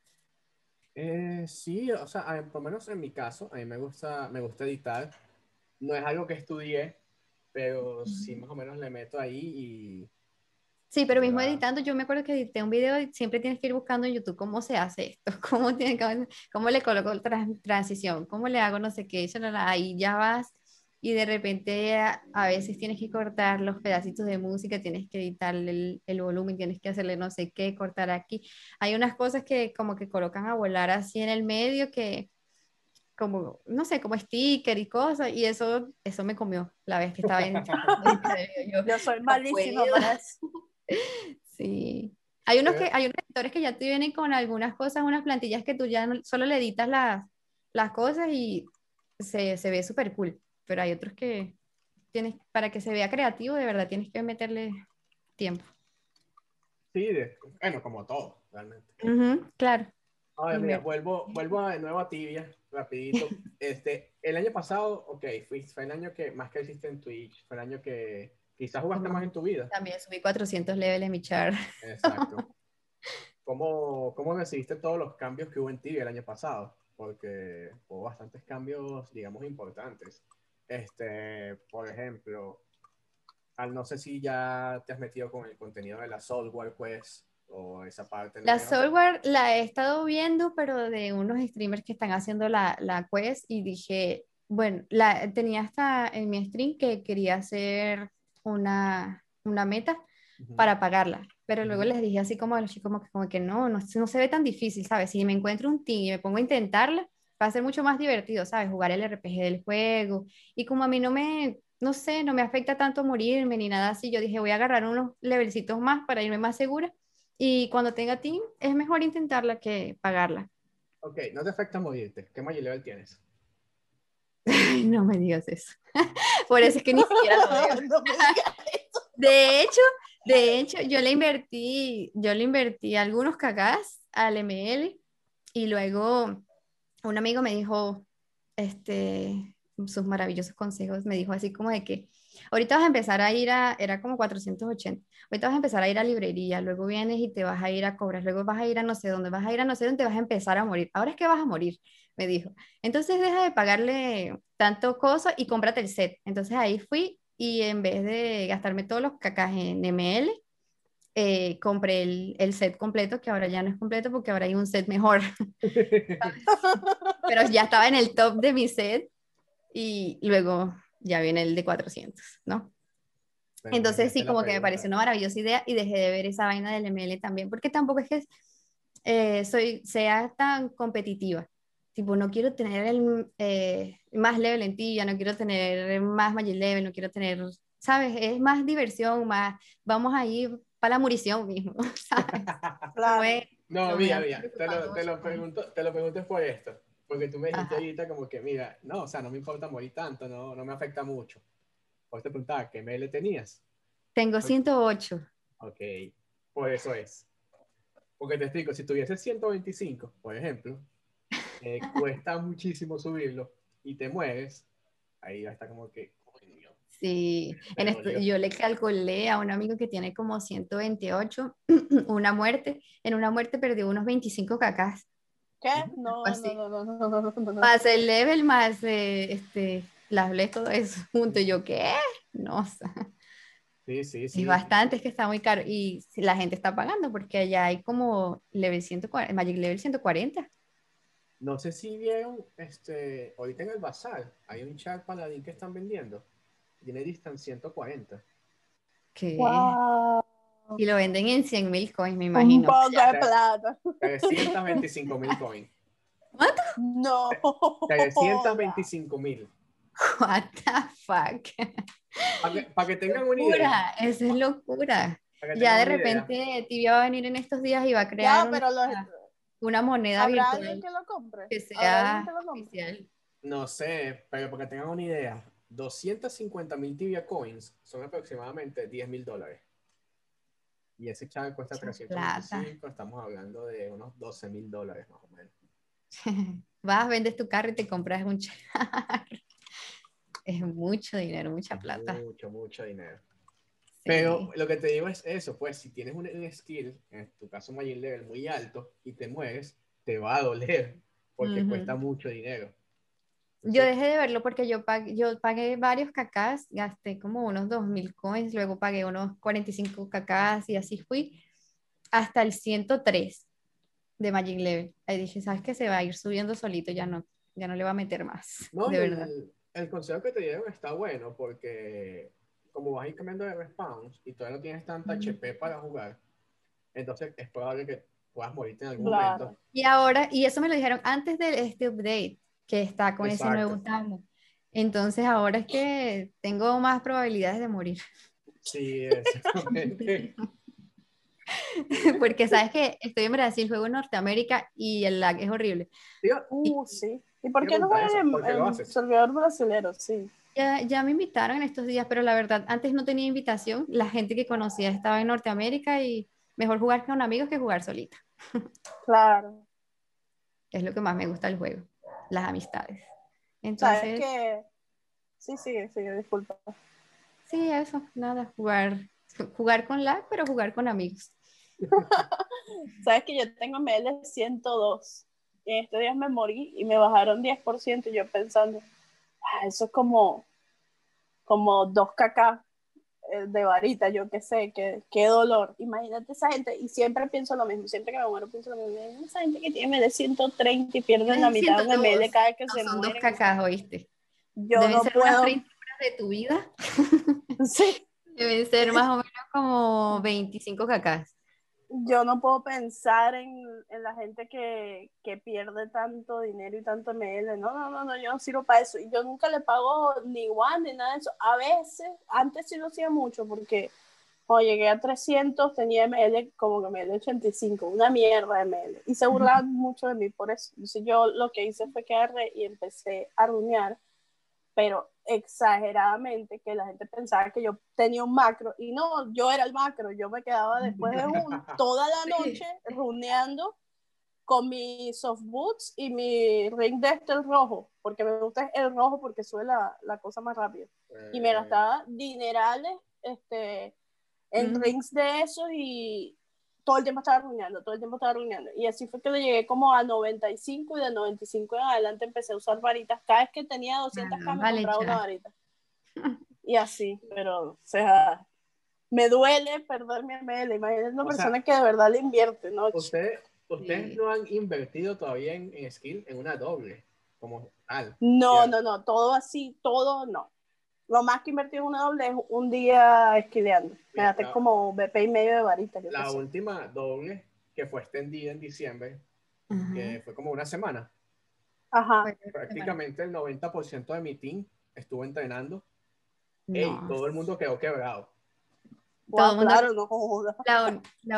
Sí, o sea, por lo menos en mi caso, a mí me gusta editar. No es algo que estudié, pero sí más o menos le meto ahí Sí, y pero mismo lleva. editando, yo me acuerdo que edité un video y siempre tienes que ir buscando en YouTube cómo se hace esto, cómo le coloco transición, cómo le hago no sé qué, ahí ya vas y de repente a veces tienes que cortar los pedacitos de música, tienes que editarle el volumen, tienes que hacerle no sé qué, cortar aquí. Hay unas cosas que como que colocan a volar así en el medio que como, no sé, como sticker y cosas, y eso me comió la vez que estaba intentando editar el video. Yo, Yo soy no puedo. malísima para eso. Sí. Eh, Hay unos editores que ya te vienen con algunas cosas, unas plantillas que tú ya solo le editas las cosas y se ve súper cool. Pero hay otros que para que se vea creativo, de verdad tienes que meterle tiempo. Sí, bueno, como todo, realmente. Ujú, claro. Ahora, mira, Invertir. vuelvo de nuevo a Tibia, rapidito. El año pasado, ok, fue el año que más que hiciste en Twitch, fue el año que quizás jugaste más en tu vida. También subí 400 level en mi char. Exacto. ¿Cómo decidiste todos los cambios que hubo en Tibia el año pasado? Porque hubo bastantes cambios, digamos, importantes. Por ejemplo, no sé si ya te has metido con el contenido de la Software Quest o esa parte La nueva. software la he estado viendo, pero de unos streamers que están haciendo la quest y dije, bueno, tenía hasta en mi stream que quería hacer una meta Ujú, para pagarla, pero luego ujú. les dije así como a los chicos como que no se ve tan difícil, ¿sabes? Si me encuentro un team y me pongo a intentarla, va a ser mucho más divertido, ¿sabes? Jugar el RPG del juego y como a mí no sé, no me afecta tanto morirme ni nada así, yo dije, voy a agarrar unos levelcitos más para irme más segura y cuando tenga team, es mejor intentarla que pagarla. Ok, no te afecta morirte. ¿Qué mayor level tienes? Ay, no me digas eso. Por eso es que ni siquiera lo veo. No me digas eso. De hecho, yo le invertí algunos cacás al ML y luego un amigo me dijo, sus maravillosos consejos, me dijo así como de que ahorita vas a empezar a ir era como 480, ahorita vas a empezar a ir a librería, luego vienes y te vas a ir a cobrar, luego vas a ir a no sé dónde, vas a ir a no sé dónde, te vas a empezar a morir, ahora es que vas a morir, me dijo. Entonces deja de pagarle tanto coso y cómprate el set. Entonces ahí fui y en vez de gastarme todos los cacas en ML, compré el set completo, que ahora ya no es completo porque ahora hay un set mejor, pero ya estaba en el top de mi set y luego ya viene el de 400, ¿no? Bueno, me Entonces enviaste sí, la como que me pareció pregunta. una maravillosa idea y dejé de ver esa vaina del ML también, porque tampoco es que sea tan competitiva. Tipo, no quiero tener más level en tibia, no quiero tener más magic level, no quiero tener, ¿sabes? Es más diversión, más, vamos a ir para la murición mismo, ¿sabes? No Claro. me, No, no me mira, ando mira, preocupando mucho por eso. te lo pregunto es por esto, porque tú me dijiste Ajá. ahorita como que, mira, no, o sea, no me importa morir tanto, no, no me afecta mucho. Por te preguntaba, ¿qué mail tenías? Tengo Ok, 108. ok, por eso es. Porque te explico, si tuviese 125, por ejemplo, cuesta muchísimo subirlo y te mueres, ahí ya está como que, coño, Sí, me dolió. yo le calculé a un amigo que tiene como 128 una muerte. En una muerte perdió unos 25 cacas. ¿Qué? Algo No, no, así. no, no, no, no, no, no. Más el level, más las bless, todo eso junto. Y yo, ¿qué? No, o sea, Sí, sí, es sí. bastante, es que está muy caro. Y si la gente está pagando porque allá hay como level 140, Magic Level 140. No sé si vieron, ahorita en el bazar hay un chat paladín que están vendiendo. Tiene distance 140. ¿Qué? Wow. Y lo venden en 100.000 coins, me Un imagino. poco de plata. 325.000 coins. ¿Cuánto? No. 325.000. What the fuck? Para que tengan una idea. Locura, eso es locura. Para que Ya tengan de una idea. repente Tibia va a venir en estos días y va a crear Ya, pero una moneda ¿habrá alguien virtual que lo compre? que ¿Habrá alguien que sea lo compre? oficial. No sé, pero para que tengan una idea. 250.000 Tibia Coins son aproximadamente $10.000. Y ese chat cuesta Mucha plata. 325. Estamos hablando de unos $12.000 más o menos. Vas, vendes tu carro y te compras un char. Es mucho dinero, mucha Es plata. mucho, mucho dinero. Pero Sí. lo que te digo es eso, pues si tienes un skill, en tu caso Magic Level muy alto, y te mueres, te va a doler, porque cuesta Ujú. mucho dinero. Yo Entonces, dejé de verlo porque yo pagué varios cacás, gasté como unos 2.000 coins, luego pagué unos 45 cacás y así fui hasta el 103 de Magic Level. Ahí dije, ¿sabes qué? Se va a ir subiendo solito, ya no le va a meter más, no, de y verdad. el consejo que te dieron está bueno, porque como vas a ir cambiando de respawns y todavía no tienes tanta HP para jugar, entonces es probable que puedas morirte en algún momento. Claro. Y ahora, y eso me lo dijeron antes de este update, que está con ese Exacto. nuevo tamo. Entonces ahora es que tengo más probabilidades de morir. Sí, exactamente. Porque sabes que estoy en Brasil, juego en Norteamérica y el lag es horrible. Tío, Sí. ¿Y por te qué no preguntar juegan eso, ¿por qué lo en haces? servidor brasilero? Sí. Ya me invitaron en estos días, pero la verdad, antes no tenía invitación. La gente que conocía estaba en Norteamérica y mejor jugar con amigos que jugar solita. Claro. Es lo que más me gusta del juego, las amistades. Sabes Entonces, que sí, sigue, disculpa. sí, eso, nada, jugar con lag, pero jugar con amigos. Sabes que yo tengo ML 102 y en estos días me morí y me bajaron 10% y yo pensando, eso es como 2 kk de varita, yo qué sé, qué dolor. Imagínate esa gente, y siempre pienso lo mismo, siempre que me muero pienso lo mismo. Esa gente que tiene ML 130 y pierden la Tienes mitad de un 102, ML cada vez que no se son dos mueren. cacas, ¿oíste? Yo Deben no ser unas puedo, 30 horas de tu vida. sí, Deben ser más o menos como 25 cacas. yo no puedo pensar en la gente que pierde tanto dinero y tanto ML. No, yo no sirvo para eso. Y yo nunca le pago ni one ni nada de eso. A veces, antes sí lo hacía mucho porque cuando llegué a 300 tenía ML como que ML 85, una mierda de ML. Y se burlaban mucho de mí por eso. Entonces yo lo que hice fue que agarré y empecé a runear pero exageradamente, que la gente pensaba que yo tenía un macro, y no, yo era el macro, yo me quedaba después de toda la noche runeando con mis soft boots y mi ring de el rojo, porque me gusta el rojo porque sube la cosa más rápido. Y me gastaba dinerales en rings de esos y todo el tiempo estaba runeando, todo el tiempo estaba runeando. Y así fue que le llegué como a 95 y de 95 en adelante empecé a usar varitas. Cada vez que tenía 200k me compraba una varita. Y así, pero, o sea, me duele perder mi ML. Imagínate una persona que de verdad le invierte, ¿no? Ustedes no han invertido todavía en skill en una doble, como tal. No, todo así, todo no. Lo más que invertí en una doble es un día esquileando. Me gasté como BP y medio de varita. La última doble que fue extendida en diciembre, que fue como una semana. Ajá. Prácticamente el 90% de mi team estuvo entrenando. Ey, todo el mundo quedó quebrado. Todo el mundo, claro, no joda. La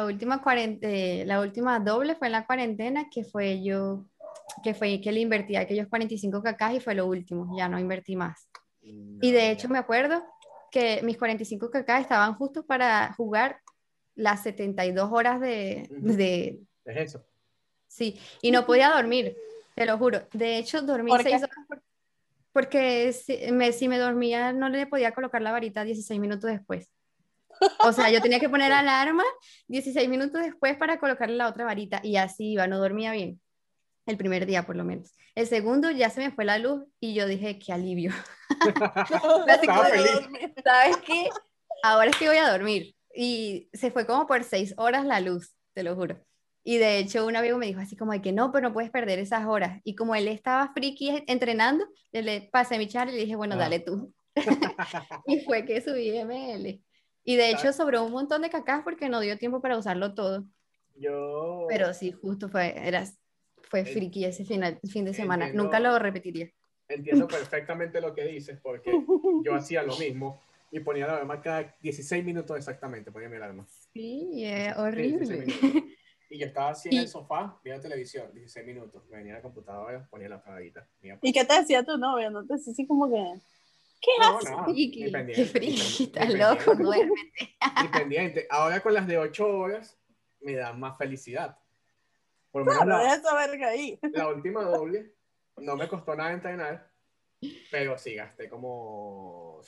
última doble fue en la cuarentena, que fue que le invertí aquellos 45k y fue lo último, ya no invertí más. Y de hecho me acuerdo que mis 45k estaban justos para jugar las 72 horas de ¿Es eso? Sí, y no podía dormir, te lo juro. De hecho, dormí 6 horas porque si me dormía no le podía colocar la varita 16 minutos después. O sea, yo tenía que poner alarma 16 minutos después para colocarle la otra varita y así iba, no dormía bien. El primer día, por lo menos. El segundo ya se me fue la luz y yo dije, qué alivio. Estaba feliz. ¿Sabes qué? Ahora es que voy a dormir. Y se fue como por 6 horas la luz, te lo juro. Y de hecho un amigo me dijo así como de que no, pero no puedes perder esas horas. Y como él estaba friki entrenando, le pasé mi char y le dije, bueno, dale tú. Y fue que subí ML. Y de hecho sobró un montón de cacas porque no dio tiempo para usarlo todo. Pero sí, justo fue friki ese fin de semana. Nunca lo repetiría. Entiendo perfectamente lo que dices porque yo hacía lo mismo y ponía la alarma cada 16 minutos exactamente, ponía mi alarma. Sí, es horrible. Y yo estaba así en el sofá, viendo televisión, 16 minutos. Me venía a la computadora, ponía la paradita. ¿Y qué te decía tu novia? ¿No te decía así como que... ¿Qué haces? No, qué friki, estás loco, duérmete. Independiente. Ahora con las de 8 horas me dan más felicidad. Por lo menos menos la última doble no me costó nada entrenar, pero sí gasté como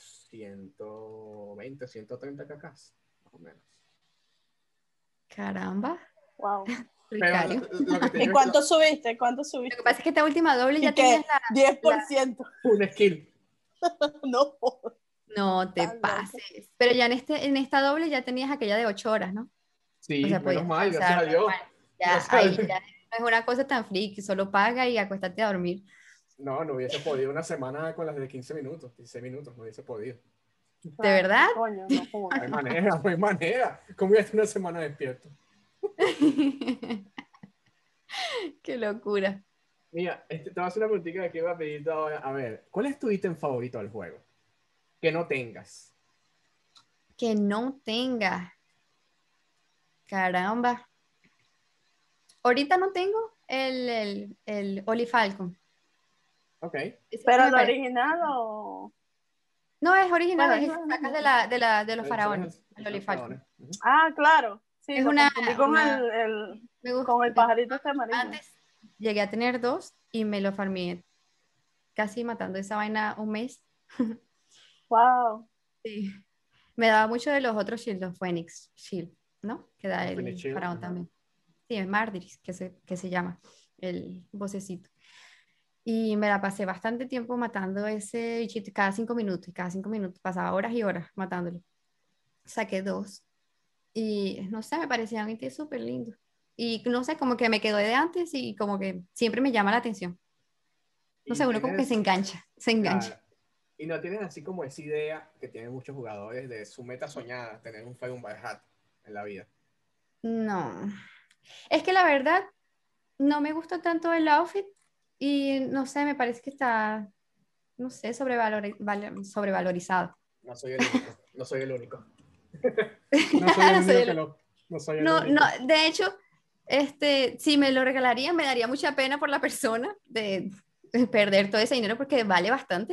120, 130 cacas, más o menos. Caramba. Wow. Pero ¿Y cuánto subiste? ¿Cuánto subiste? Lo que pasa es que esta última doble ya tenías 10%. Un skill. No. No te pases. Pero ya en esta doble ya tenías aquella de 8 horas, ¿no? Sí, o sea, menos mal, gracias a Dios. Ahí ya no es una cosa tan friki, solo paga y acuéstate a dormir. No hubiese podido una semana con las de 15 minutos, 16 minutos, no hubiese podido. ¿De verdad? Coño, no hay manera. ¿Cómo voy a estar una semana despierto? Qué locura. Mira, te voy a hacer una preguntita que iba a pedir ahora. A ver, ¿cuál es tu ítem favorito del juego? Que no tengas. Que no tenga. Caramba. Ahorita no tengo el Oli Falcon. Ok. ¿Pero el original o...? No, es original, es sacas de los faraones. El Oli Falcon. Ah, claro. Sí, es con el pajarito este amarillo. Antes llegué a tener 2 y me lo farmé casi matando esa vaina un mes. Wow. Sí. Me daba mucho de los otros shields, los Phoenix Shield, ¿no? Que da el faraón también. Sí, es Mardiris, que se llama el vocecito. Y me la pasé bastante tiempo matando ese bichito cada 5 minutos. Y cada 5 minutos pasaba horas y horas matándolo. Saqué 2. Y no sé, me parecía un ítem súper lindo. Y no sé, como que me quedó de antes y como que siempre me llama la atención. No sé, uno como que se engancha. Claro. Y no tienes así como esa idea que tienen muchos jugadores de su meta soñada, tener un Fire by Hat en la vida. No. Es que la verdad, no me gusta tanto el outfit y no sé, me parece que está, no sé, sobrevalorizado. No soy el único. No soy el único. No soy el único que no soy el único. No, de hecho, si me lo regalarían, me daría mucha pena por la persona de perder todo ese dinero porque vale bastante.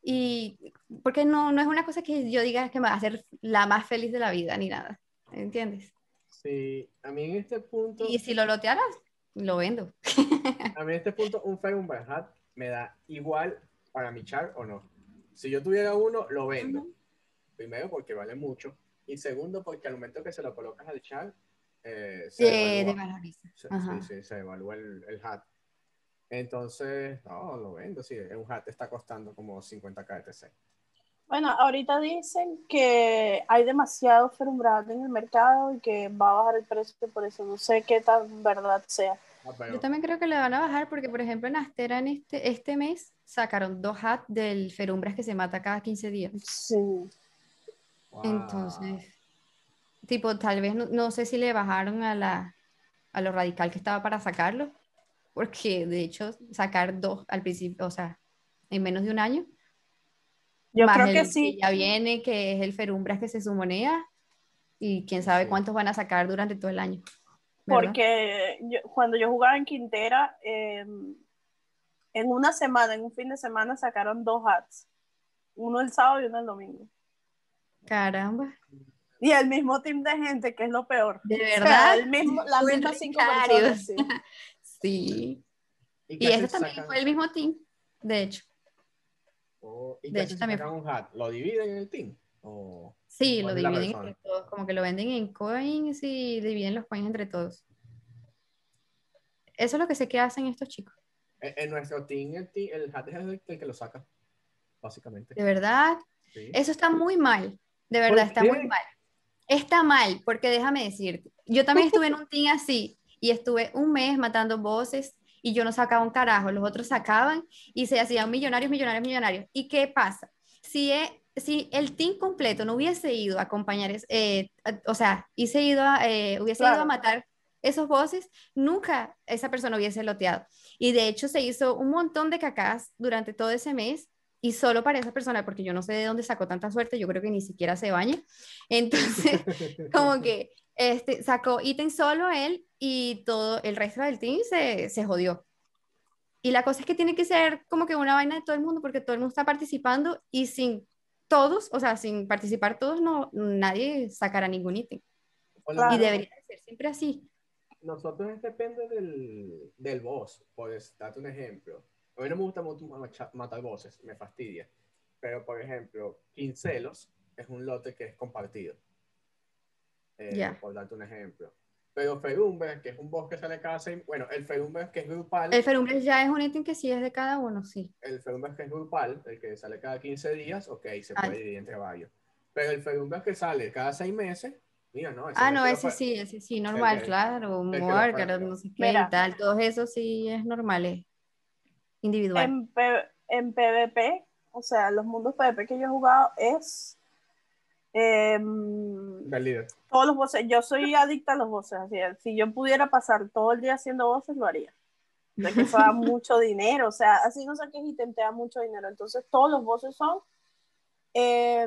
Y porque no es una cosa que yo diga que me va a hacer la más feliz de la vida ni nada, ¿entiendes? Sí, a mí en este punto, Y si lo lotearas, lo vendo. a mí en este punto un Fire Hat me da igual para mi char o no. Si yo tuviera uno, lo vendo. Ujú. Primero porque vale mucho y segundo porque al momento que se lo colocas al char, se De devalúa. valoriza. Sí, Ajá. sí, se devalúa el hat. Entonces, no, lo vendo, sí, un hat está costando como 50K de TC. Bueno, ahorita dicen que hay demasiado Ferumbrad en el mercado y que va a bajar el precio, por eso no sé qué tan verdad sea. Ah, Yo pero, también creo que le van a bajar porque, por ejemplo, en Astera en este mes sacaron 2 hats del Ferumbras que se mata cada 15 días. Sí. wow. Entonces, tipo, tal vez no sé si le bajaron a lo radical que estaba para sacarlo, porque de hecho sacar 2 al principio, o sea, en menos de un año, Yo más creo que el que sí, ya viene, que es el Ferumbras que se sumonea, y quién sabe Sí. cuántos van a sacar durante todo el año, ¿verdad? porque cuando yo jugaba en Quintera, en una semana, en un fin de semana, sacaron 2 hats. Uno el sábado y uno el domingo. Caramba, Y el mismo team de gente, que es lo peor. de O sea, verdad, las muy mismas 5 personas, ricarios. sí. Sí. ¿Y qué Y este haces? también fue Sacan, el mismo team, de hecho. ¿y qué De hecho, haces si también sacan fue. un hat? ¿Lo dividen en el team? Sí, ¿O lo es de la dividen persona? entre todos, como que lo venden en coins y dividen los coins entre todos. Eso es lo que sé que hacen estos chicos. En nuestro team, el hat es el que lo saca, básicamente. De verdad, Sí. eso está muy mal. De verdad, ¿Por está muy qué? mal. Está mal, porque déjame decirte, yo también estuve en un team así y estuve un mes matando bosses y yo no sacaba un carajo, los otros sacaban y se hacían millonarios, millonarios, millonarios. ¿Y qué pasa? Si el team completo no hubiese ido a acompañar, o sea, hubiese ido a Claro. matar esos bosses, nunca esa persona hubiese loteado. Y de hecho se hizo un montón de cacas durante todo ese mes y solo para esa persona, porque yo no sé de dónde sacó tanta suerte, yo creo que ni siquiera se baña. Entonces, como que sacó ítem solo él y todo el resto del team se jodió. Y la cosa es que tiene que ser como que una vaina de todo el mundo, porque todo el mundo está participando y sin todos, o sea, sin participar todos, no, nadie sacará ningún ítem. Por lo Y menos Claro. debería de ser siempre así. nosotros depende del boss. Por darte un ejemplo. A mí no me gusta mucho matar bosses, me fastidia. Pero, por ejemplo, Quincelos es un lote que es compartido. Ya. Por darte un ejemplo. Pero Ferumber, que es un boss que sale cada 6... Bueno, el Ferumber que es grupal, El Ferumbres ya es un ítem que sí es de cada uno, sí. el Ferumber que es grupal, el que sale cada 15 días, ok, se Ah, puede dividir entre varios. Pero el Ferumber que sale cada 6 meses, mira, no, ese es ah, no, ese sí, el normal, que, claro, el que lo Muárgaro, farmea. no sé qué y Mira, tal, todos esos sí es normal, es individual. en PvP, o sea, los mundos PvP que yo he jugado es eh, Del líder. todos los voces. Yo soy adicta a los voces, así es. Si yo pudiera pasar todo el día haciendo voces, lo haría. De que eso da mucho dinero, o sea, así no saques y te da mucho dinero. Entonces, todos los voces son eh,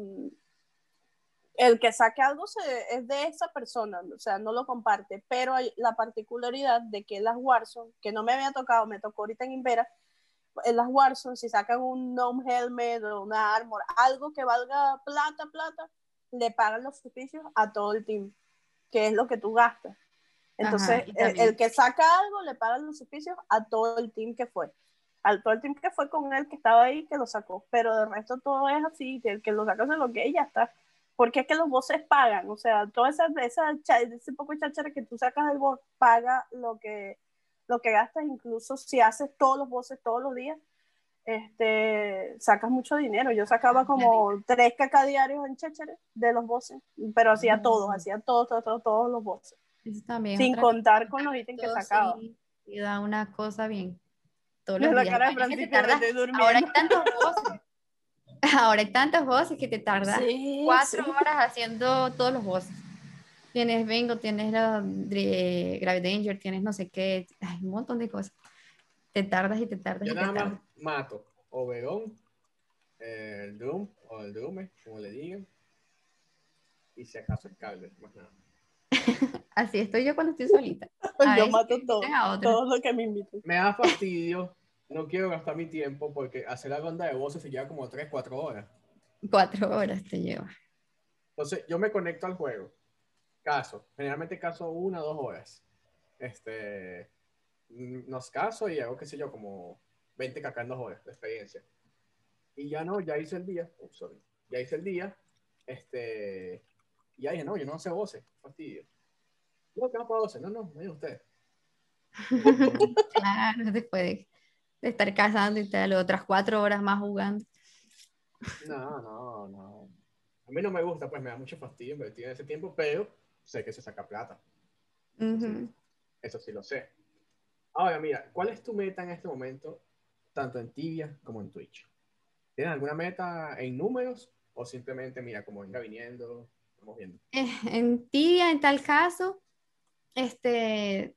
el que saque algo es de esa persona, o sea, no lo comparte, pero hay la particularidad de que las Warzone, que no me había tocado, me tocó ahorita en Invera, en las Warzone, si sacan un Gnome Helmet o una Armor, algo que valga plata, le pagan los servicios a todo el team, que es lo que tú gastas. Ajá, Entonces, y el también, que saca algo le pagan los servicios a todo el team que fue. Al todo el team que fue con él, que estaba ahí, que lo sacó. Pero de resto todo es así, que el que lo saca se lo que ya está. Porque es que los bosses pagan, o sea, toda ese poco de cháchara que tú sacas del boss paga lo que gastas, incluso si haces todos los bosses todos los días, sacas mucho dinero. Yo sacaba ya di- como 3 caca diarios en cháchara de los bosses, pero hacía todos los bosses eso también es sin otra cosa. contar con Sacar los de ítems que todo sacaba. sí da una cosa bien, todos De los la días. Y cara de vaina que te Francisco me tarda, estoy ahora hay durmiendo. tantos voces, ahora hay tantos voces que te tardas Sí, 4 horas haciendo todos los voces. Tienes Vengo, tienes la Grave Danger, tienes no sé qué, hay un montón de cosas. Te tardas y te tardas Yo y te nada más tardas. mato o Verón, el Doom o el Drume, como le digan, y si acaso el cable, más nada. Así estoy yo cuando estoy solita. A yo veces que mato invitan todo, a otros. todo lo que me inviten. Me da fastidio no quiero gastar mi tiempo porque hacer la ronda de voces se lleva como 3, 4 horas. 4 horas te lleva. Entonces, yo me conecto al juego. Generalmente caso 1 o 2 horas. Nos caso y hago, qué sé yo, como 20 en 2 horas de experiencia. Y ya no, ya hice el día. Sorry. Ya hice el día. Y ya dije, no, yo no sé voces. Fastidio. No, que no puedo voces. No, no es usted. Claro, después de estar casando y tal, otras 4 horas más jugando. No. A mí no me gusta, pues me da mucho fastidio invertir en ese tiempo, pero sé que se saca plata. Sí, Ujú. eso sí lo sé. Ahora, mira, ¿cuál es tu meta en este momento, tanto en Tibia como en Twitch? ¿Tienes alguna meta en números o simplemente, mira, como venga viniendo, vamos viendo? En Tibia, en tal caso, este,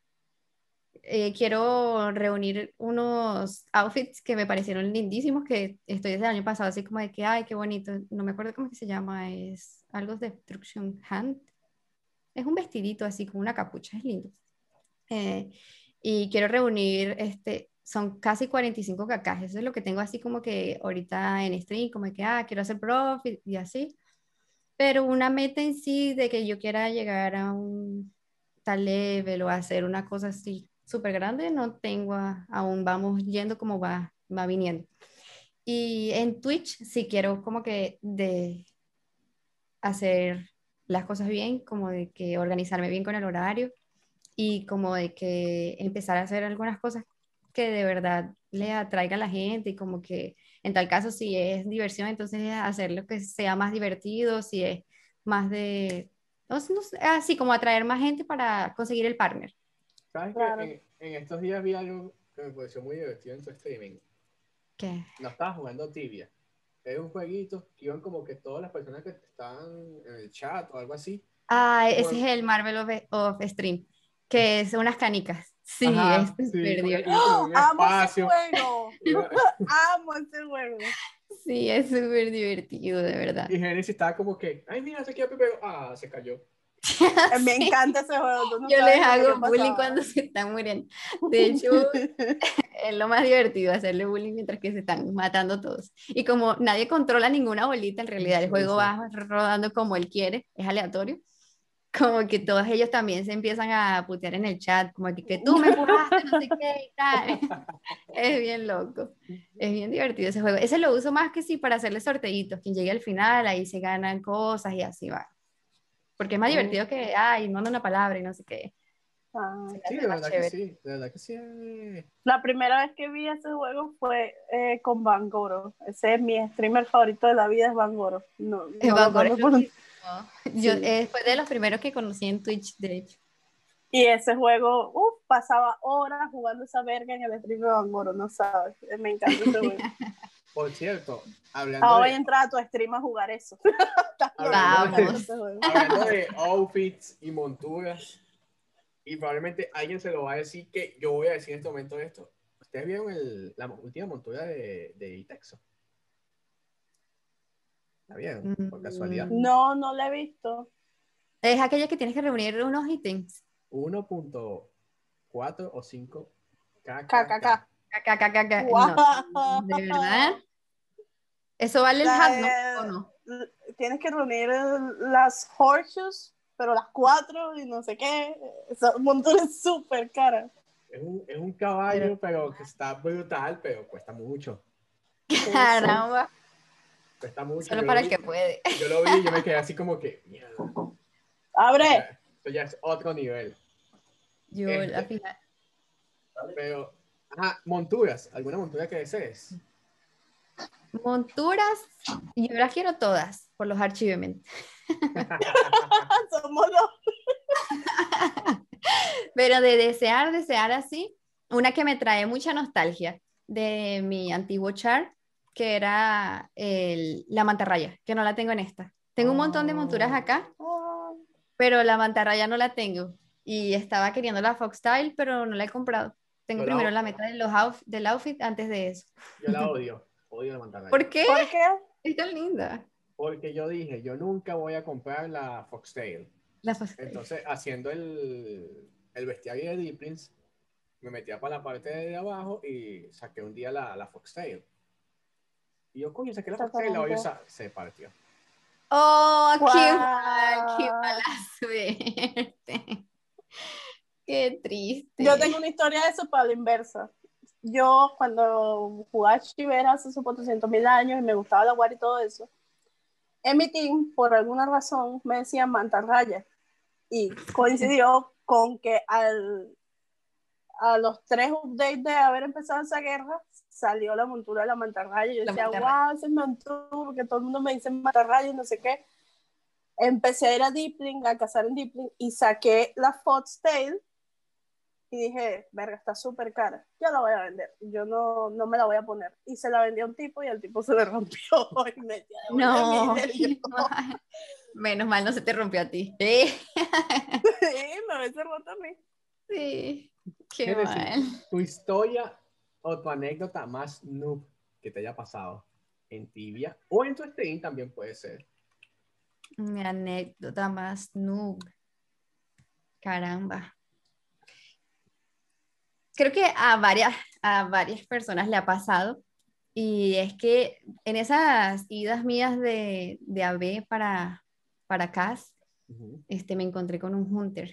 quiero reunir unos outfits que me parecieron lindísimos, que estoy desde el año pasado, así como de que, ay, qué bonito, no me acuerdo cómo es que se llama, es algo de Destruction Hand, es un vestidito así con una capucha, es lindo. Eh, y quiero reunir, son casi 45 cacas, eso es lo que tengo así como que ahorita en stream, como que, quiero hacer profit y así, pero una meta en sí de que yo quiera llegar a un tal level o hacer una cosa así súper grande, no tengo aún, vamos yendo como va viniendo. Y en Twitch sí quiero como que de hacer las cosas bien, como de que organizarme bien con el horario y como de que empezar a hacer algunas cosas que de verdad le atraiga a la gente y como que en tal caso si es diversión, entonces hacer lo que sea más divertido, si es más de, no sé, así como atraer más gente para conseguir el partner. ¿Sabes que Claro. en estos días vi algo que me pareció muy divertido en tu streaming? ¿Qué? No estaba jugando Tibia. Era un jueguito que iban como que todas las personas que estaban en el chat o algo así. Ese es el Marvel of Stream, que es unas canicas. Sí, es Ajá, sí, súper divertido. iban como en un ¡Amo ese espacio. juego! ¡Amo ese juego! Sí, es súper divertido, de verdad. Y Genesis estaba como que, ay, mira, se quedó primero. Se cayó. Me Sí, encanta ese juego, tú no yo les sabes lo que yo hago bullying pasaba. cuando se están muriendo. De hecho, es lo más divertido hacerle bullying mientras que se están matando todos. Y como nadie controla ninguna bolita, en realidad el Sí, juego sí. va rodando como él quiere, es aleatorio. Como que todos ellos también se empiezan a putear en el chat, como que tú me empujaste, no sé qué y tal. Es bien loco. Es bien divertido ese juego. Ese lo uso más que sí para hacerle sorteitos. Quien llegue al final, ahí se ganan cosas y así va. Porque es más Oh, divertido que, manda una palabra y no sé qué. Ah, Se me sí, hace de más verdad que chévere. sí. De verdad que sí. la primera vez que vi ese juego fue con Bangoro. Ese es mi streamer favorito de la vida, es Bangoro. No, no lo Bangor es cambio por... loquísimo. Yo, Sí. fue de los primeros que conocí en Twitch, de hecho. Y ese juego, pasaba horas jugando esa verga en el stream de Bangoro, no sabes. Me encanta ese juego. Por cierto, hablando Ahora voy a de, entrar a tu stream a jugar eso. Estás loco, hablando me encanta de, Vamos. ese juego. hablando de outfits y monturas, y probablemente alguien se lo va a decir que yo voy a decir en este momento esto. ¿Ustedes vieron la última montura de Itexo? ¿La vieron? Por casualidad. Mm, No, no lo he visto. Es aquella que tienes que reunir unos ítems. 1.4 o 5 KKK. KKK. No, ¡Guau! de verdad. ¿Eso vale el hack, no? ¿O no? Tienes que reunir las horseshoes, pero las cuatro y no sé qué. Son montones súper caras. Es un Pero, caballo, pero que está brutal, pero cuesta mucho. Sí, sí. caramba, Cuesta mucho. solo para el que puede. Yo lo vi y yo me quedé así como que, mierda. ¡Abre! Esto ya es otro nivel. Yo, al Este, final, pero, monturas. ¿Alguna montura que desees? monturas, yo las quiero todas, por los archivos. Somos dos. Pero de desear así, una que me trae mucha nostalgia de mi antiguo char, que era la mantarraya, que no la tengo en esta. Tengo un montón de monturas Oh, acá, pero la mantarraya no la tengo. Y estaba queriendo la Foxstyle, pero no la he comprado. Tengo yo primero la, la meta del outfit antes de eso. yo la odio. Odio la mantarraya. ¿Por qué? ¿Por qué? Es tan linda. Porque yo dije, yo nunca voy a comprar la Foxtail. La Foxstyle. Entonces, haciendo el bestiario de Deeplins, me metía para la parte de abajo y saqué un día la Foxtail. Y yo, coño, saqué la Foxtail, la voy a usar. Se partió. ¡Oh, qué Guau. mala suerte! ¡Qué triste! Yo tengo una historia de eso para la inversa. Yo cuando jugaba Chivera hace 400.000 años y me gustaba la War y todo eso, en mi team, por alguna razón, me decían mantarraya. Y coincidió con que a los 3 updates de haber empezado esa guerra, salió la montura de la mantarraya. Y yo La decía, mantarraya. wow, ese es montura, porque todo el mundo me dice mantarraya y no sé qué. Empecé a ir a Deepling, a cazar en Deepling, y saqué la Foxtail y dije, verga, está súper cara, yo la voy a vender, yo no me la voy a poner. Y se la vendí a un tipo y al tipo se le rompió y me decía, devuelve mi No, dinero. Y qué yo, mal. Menos mal no se te rompió a ti. sí, me hubiese roto a mí. Sí, qué Génesis, mal. tu historia o tu anécdota más noob que te haya pasado en Tibia o en tu stream también puede ser. Mi anécdota más noob. Caramba. Creo que a varias personas le ha pasado. Y es que en esas idas mías de AB para CAS, Ujú. me encontré con un Hunter.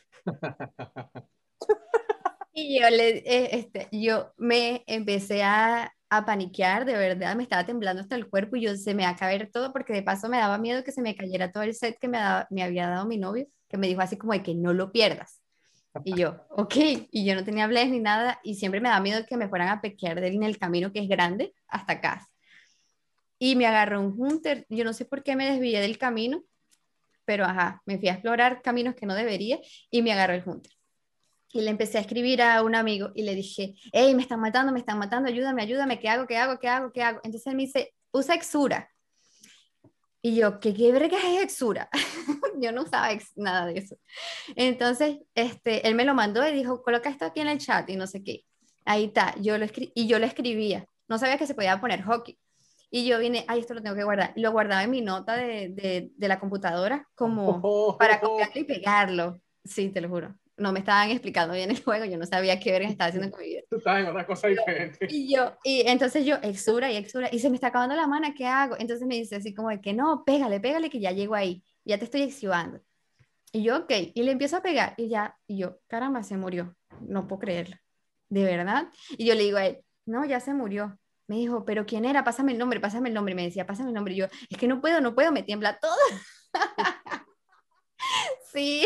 Y yo me empecé a paniquear, de verdad, me estaba temblando hasta el cuerpo y yo se me va a caer todo porque de paso me daba miedo que se me cayera todo el set que me había dado mi novio, que me dijo así como de que no lo pierdas. Y yo, ok, y yo no tenía bless ni nada y siempre me da miedo que me fueran a pequear en el camino que es grande hasta acá. Y me agarró un Hunter, yo no sé por qué me desvié del camino, pero ajá, me fui a explorar caminos que no debería y me agarró el Hunter. Y le empecé a escribir a un amigo y le dije, hey, me están matando, ayúdame, ayúdame, ¿qué hago, qué hago, qué hago, qué hago? Entonces él me dice, usa Exura. Y yo, ¿qué verga es Exura? Yo no usaba nada de eso. Entonces, él me lo mandó y dijo, coloca esto aquí en el chat y no sé qué. Ahí está, y yo lo escribía. No sabía que se podía poner hockey. Y yo vine, ay, esto lo tengo que guardar. Y lo guardaba en mi nota de la computadora como para copiarlo y pegarlo. Sí, te lo juro. No me estaban explicando bien el juego, yo no sabía qué verga estaba haciendo con mi vida. Tú estás en otra cosa diferente. Y entonces yo, exura, y se me está acabando la mana, ¿qué hago? Entonces me dice así como de que no, pégale, pégale, que ya llego ahí, ya te estoy exhibando. Y yo, ok, y le empiezo a pegar, y ya, y yo, caramba, se murió, no puedo creerlo, ¿de verdad? Y yo le digo a él, no, ya se murió. Me dijo, ¿pero quién era? Pásame el nombre. Y me decía, pásame el nombre. Y yo, es que no puedo, me tiembla todo. Sí.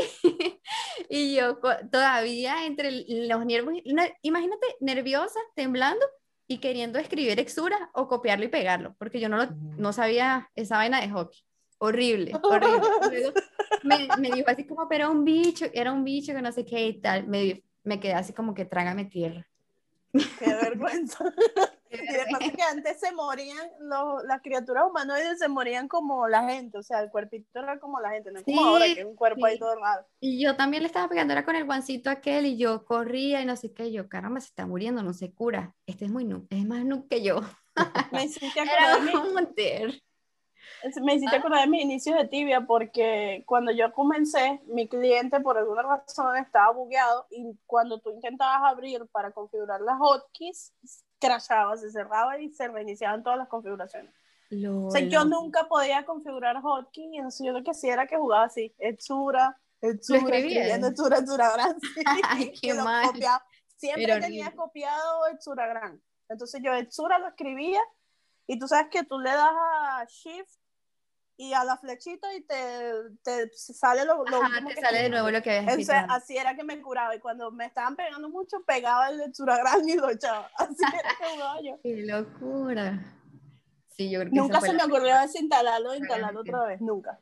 Y yo todavía entre los nervios, imagínate, nerviosa, temblando y queriendo escribir exura o copiarlo y pegarlo, porque yo no sabía esa vaina de hockey. Horrible, horrible. Y luego me dijo así como, pero era un bicho que no sé qué y tal. Me quedé así como que trágame tierra. Qué vergüenza. Qué Y de paso que vergüenza. antes se morían, las criaturas humanoides se morían como la gente, o sea, el cuerpito era como la gente, no es como ahora, que Sí, es un cuerpo ahí sí. todo raro. Y yo también le estaba pegando, era con el guancito aquel y yo corría y no sé qué, y yo, caramba, se está muriendo, no se cura. Este es muy noob, es más noob que yo. Me hiciste acordar de Era mi, un Monter. me hiciste acordar de mis inicios de Tibia porque cuando yo comencé, mi cliente por alguna razón estaba bugueado y cuando tú intentabas abrir para configurar las hotkeys, crashaba, se cerraba y se reiniciaban todas las configuraciones. O sea, yo Lolo. nunca podía configurar hotkeys y entonces yo lo que hacía era que jugaba así, Etsura, ¿Lo Etsura, escribiendo escribías? Etsura, Etsura Gran, sí, Ay, y qué lo mal. copiaba. Era Siempre tenía horrible. copiado Etsura Gran. Entonces yo Etsura lo escribía y tú sabes que tú le das a Shift y a la flechita y te sale lo Ajá, último te que sale de nuevo escribiste. lo que habías escrito Entonces, antes. así era que me curaba. Y cuando me estaban pegando mucho, pegaba el de Churagrán y lo echaba. Así era que jugaba yo. Qué locura. Sí, yo creo que esa Nunca fue se la me ocurrió mejor desinstalarlo, manera de instalarlo meter. otra vez. Nunca.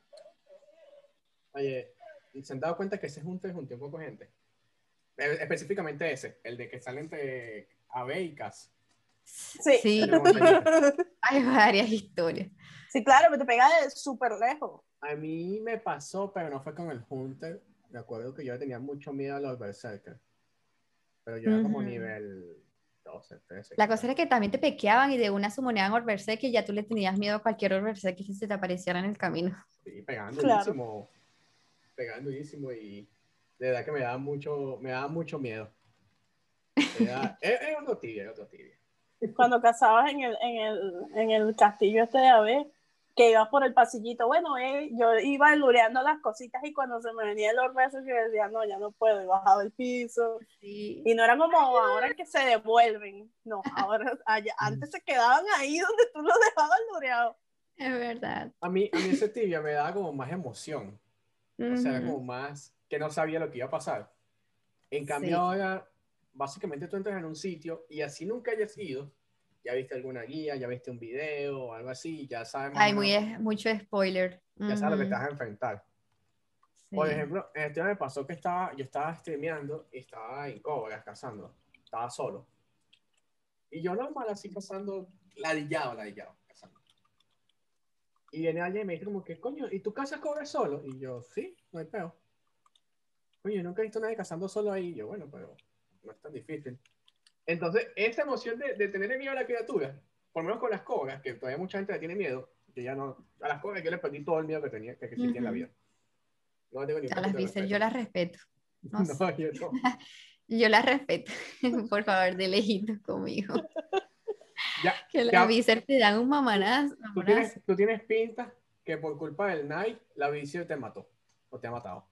Oye, ¿se han dado cuenta que ese junte es un tiempo con gente? Específicamente ese, el de que sale entre AB y CAS, Sí. el de Sí, la montañita. hay varias historias. Sí, claro, que te pega de súper lejos. A mí me pasó, pero no fue con el Hunter. Me acuerdo que yo tenía mucho miedo a los Berserker, pero yo era como Ujú. nivel 12, 13, La cosa quizás. era que también te pequeaban y de una sumoneaban Orberserk y ya tú le tenías miedo a cualquier Orberserk que se te apareciera en el camino. Sí, Claro. pegando durísimo y de verdad que me daba mucho miedo. Es otro tibia, es otro tibia. Cuando cazabas en el castillo este de Abe, que ibas por el pasillito, bueno, yo iba lureando las cositas y cuando se me venía el orbezo yo decía, no, ya no puedo, y bajaba el piso. Sí. Y no era como ahora que se devuelven, no, ahora antes se quedaban ahí donde tú los dejabas lureados. Es verdad. A mí ese tibia me daba como más emoción. O sea, era Ujú. como más que no sabía lo que iba a pasar. En cambio Sí. ahora, básicamente tú entras en un sitio y así nunca hayas ido, ya viste alguna guía, ya viste un video o algo así, ya sabes más o Hay menos, mucho spoiler. ya sabes lo que te Ujú. vas a enfrentar. Por Sí. ejemplo, en este me pasó que yo estaba streameando y estaba en cobras cazando, estaba solo. Y yo normal así cazando, ladillado, cazando. Y viene alguien y me dice como que, coño, ¿y tú cazas cobras solo? Y yo, sí, no hay peo. Coño, nunca he visto a nadie cazando solo ahí. Y yo, bueno, pero no es tan difícil. Entonces, esa emoción de tener miedo a la criatura, por lo menos con las cobras, que todavía mucha gente le tiene miedo, que ya no, a las cobras yo le perdí todo el miedo que tenía, que existía en la Ujú. vida. No tengo ni un A las poquito de Visser yo respeto. las respeto. No sé. No, yo no. Yo las respeto. Por favor, de lejitos conmigo. Ya, Que las ya, Visser te dan un mamanazo. tú tienes pinta que por culpa del Nike, la vicio te mató, o te ha matado.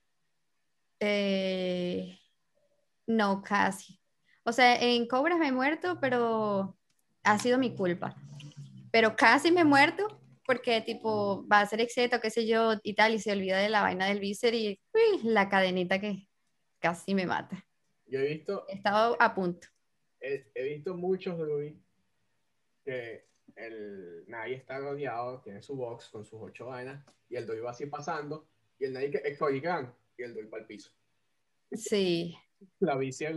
Eh, no, casi. O sea, en Cobras me he muerto, pero ha sido mi culpa. Pero casi me he muerto porque tipo va a ser exeto, qué sé yo, y tal, y se olvida de la vaina del Visser y uy, la cadenita que casi me mata. Yo He estado a punto. he visto muchos Druid que el Nike está rodeado, tiene su box con sus 8 vainas, y el Druid va así pasando, y el Nike que exoricán, y el Druid para el piso. Sí, La vicia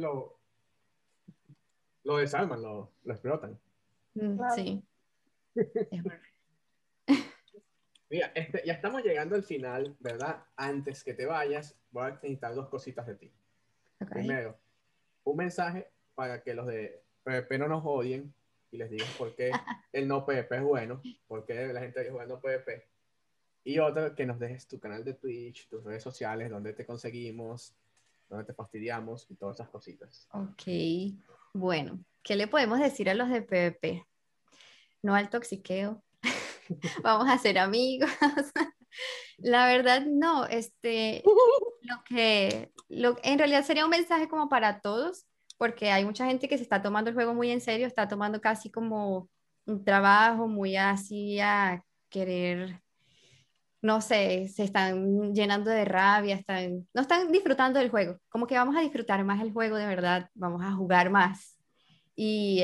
lo desarman, lo explotan. Claro. sí. Es verdad. Mira, ya estamos llegando al final, ¿verdad? Antes que te vayas, voy a necesitar dos cositas de ti. Ok. Primero, un mensaje para que los de PvP no nos odien y les digas por qué el no PvP es bueno, por qué la gente está jugando PvP. Y otro, que nos dejes tu canal de Twitch, tus redes sociales, dónde te conseguimos, dónde te fastidiamos y todas esas cositas. Ok. Bueno, ¿qué le podemos decir a los de PvP? No al toxiqueo. Vamos a ser amigos. La verdad, no, en realidad sería un mensaje como para todos, porque hay mucha gente que se está tomando el juego muy en serio, está tomando casi como un trabajo, muy así a querer, no sé, se están llenando de rabia, no están disfrutando del juego, como que vamos a disfrutar más el juego de verdad, vamos a jugar más. Y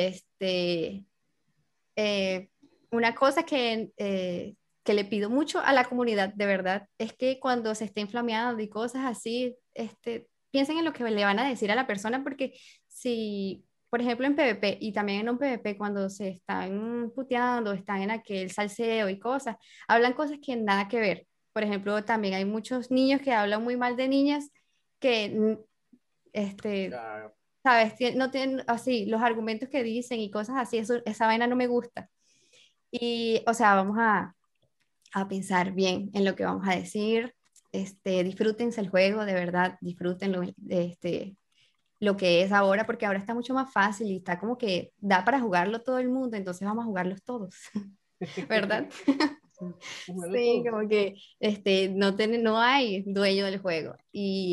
eh, una cosa que le pido mucho a la comunidad, de verdad, es que cuando se esté inflameando y cosas así, piensen en lo que le van a decir a la persona, porque si, por ejemplo, en PvP y también en un PvP, cuando se están puteando, están en aquel salseo y cosas, hablan cosas que nada que ver. Por ejemplo, también hay muchos niños que hablan muy mal de niñas que, Ya, ¿sabes? No tienen así los argumentos que dicen y cosas así, esa vaina no me gusta. Y, o sea, vamos a pensar bien en lo que vamos a decir. Disfrútense el juego, de verdad, disfrútenlo, lo que es ahora, porque ahora está mucho más fácil y está como que da para jugarlo todo el mundo, entonces vamos a jugarlos todos, ¿verdad? Bueno, Sí, todo. como que no hay dueño del juego. Y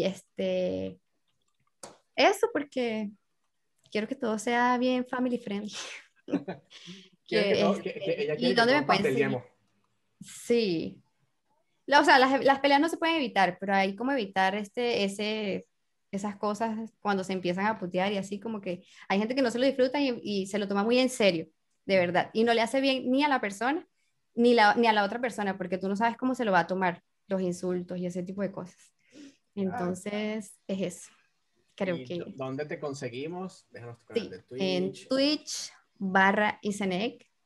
eso porque quiero que todo sea bien family friendly. Quiere que ella ¿Y quiere que dónde me todos pueden seguir? pasteleemos. Sí. O sea, las peleas no se pueden evitar, pero hay como evitar esas cosas cuando se empiezan a putear y así como que hay gente que no se lo disfruta y se lo toma muy en serio, de verdad. Y no le hace bien ni a la persona ni a la otra persona, porque tú no sabes cómo se lo va a tomar, los insultos y ese tipo de cosas. Claro. Entonces, es eso. Creo ¿Y que dónde te conseguimos? Déjanos tu canal sí. de En Twitch. Twitch/Iseneg,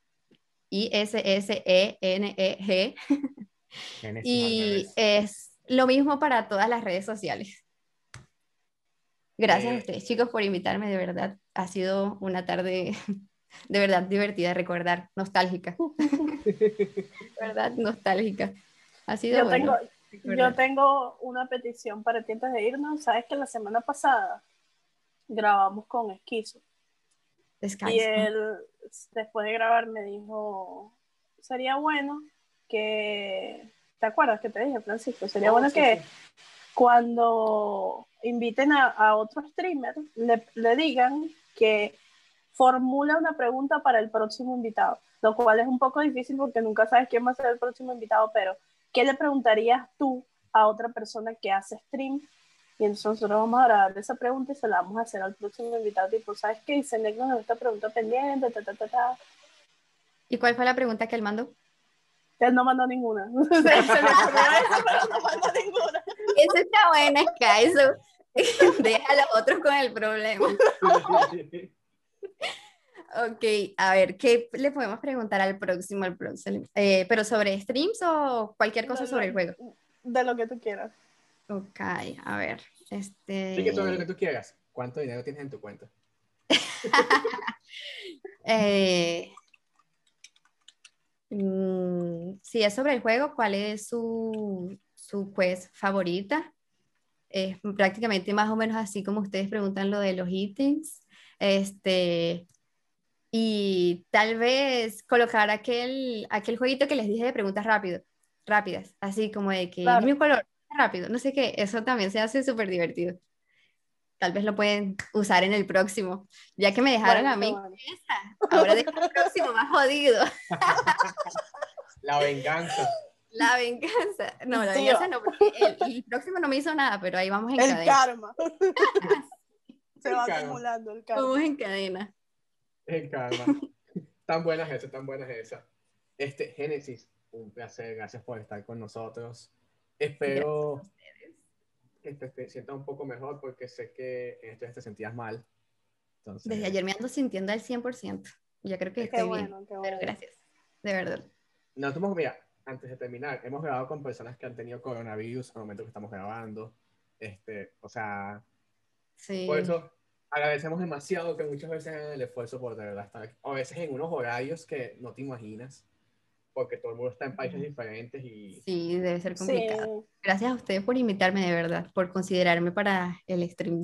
ISSENEG. Génesis al Y revés. es lo mismo para todas las redes sociales. Gracias a Eh, ustedes, chicos, por invitarme, de verdad. Ha sido una tarde de verdad divertida de recordar, nostálgica, de verdad nostálgica. Ha sido Yo tengo, bueno yo recordar. tengo una petición para ti antes de irnos. Sabes que la semana pasada grabamos con Esquizo. Descansa. Y él, después de grabar, me dijo, sería bueno que, ¿te acuerdas que te dije, Francisco? Sería bueno sí, que sí. cuando inviten a otro streamer, le digan que formula una pregunta para el próximo invitado, lo cual es un poco difícil porque nunca sabes quién va a ser el próximo invitado, pero ¿qué le preguntarías tú a otra persona que hace stream? Y entonces nosotros vamos a grabar esa pregunta y se la vamos a hacer al próximo invitado, tipo, ¿sabes qué? Dice Nick, nos esta pregunta pendiente, ¿Y cuál fue la pregunta que él mandó? Él no mandó ninguna. Se le ocurrió eso, pero no mandó ninguna. Eso está bueno, Sky, eso. Deja a los otros con el problema. Ok, a ver, ¿qué le podemos preguntar al próximo? ¿Pero sobre streams o cualquier cosa sobre el juego? De lo que tú quieras. Ok, a ver, Sí, que sobre lo que tú quieras. ¿Cuánto dinero tienes en tu cuenta? Si es sobre el juego, ¿cuál es su quest favorita? Es prácticamente más o menos así como ustedes preguntan lo de los ítems. Y tal vez colocar aquel jueguito que les dije de preguntas rápidas, así como de que Claro. dime un color rápido, no sé qué, eso también se hace súper divertido. Tal vez lo pueden usar en el próximo, ya que me dejaron Bueno, a mí. bueno. Ahora dejo el próximo más jodido. La venganza. La venganza. No, la Sí, venganza no, porque el próximo no me hizo nada, pero ahí vamos en el cadena. karma. Se va El karma. acumulando el karma. Vamos en cadena. El karma. Tan buenas esas, tan buenas esas. Génesis, un placer, gracias por estar con nosotros. Espero que te sientas un poco mejor porque sé que en estos días te sentías mal. Entonces, Desde ayer me ando sintiendo al 100%. Ya creo que Qué estoy bueno, bien. qué Pero bueno. gracias. De verdad. nosotros, mira, antes de terminar, hemos grabado con personas que han tenido coronavirus al momento que estamos grabando. O sea, Sí. por eso agradecemos demasiado que muchas veces hagan el esfuerzo por de verdad estar aquí. A veces en unos horarios que no te imaginas, porque todo el mundo está en países diferentes y Sí, debe ser complicado. Sí, Gracias a ustedes por invitarme, de verdad, por considerarme para el stream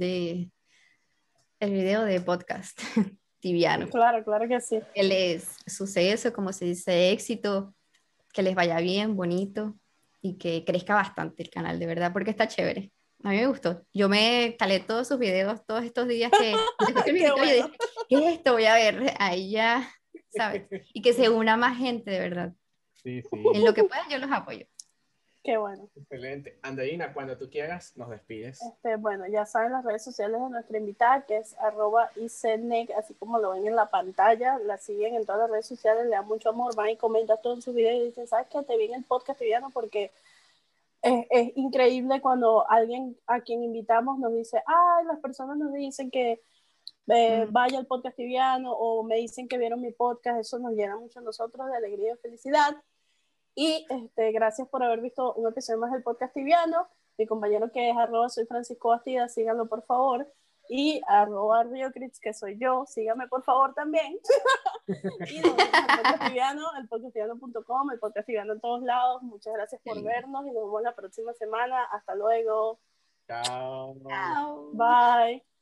el video de podcast tibiano. claro, claro que sí. Que les suceso, como se dice, éxito, que les vaya bien, bonito y que crezca bastante el canal, de verdad, porque está chévere. A mí me gustó. Yo me calé todos sus videos todos estos días que después que me Qué invitó, yo bueno. dije, ¿qué es esto? Voy a ver ahí ya, ¿sabes? Y que se una más gente, de verdad. sí, En lo que pueda, yo los apoyo. Qué bueno. excelente. Andreina, cuando tú quieras, nos despides. Bueno, ya saben las redes sociales de nuestra invitada, que es @icnec, así como lo ven en la pantalla. La siguen en todas las redes sociales, le dan mucho amor, van y comentan todos sus videos y dicen, ¿sabes qué? Te vi en el podcast tibiano porque es increíble cuando alguien a quien invitamos nos dice, ay, las personas nos dicen que vaya al podcast tibiano o me dicen que vieron mi podcast, eso nos llena mucho a nosotros de alegría y felicidad. Y gracias por haber visto un episodio más del podcast tibiano. Mi compañero que es @soy Francisco Bastida, síganlo por favor. Y @RioCrits, que soy yo, síganme por favor también. Y nos vemos en el podcast tibiano, el podcasttibiano.com, el podcast tibiano en todos lados. Muchas gracias por vernos y nos vemos la próxima semana. Hasta luego. Chao. Chao. Bye.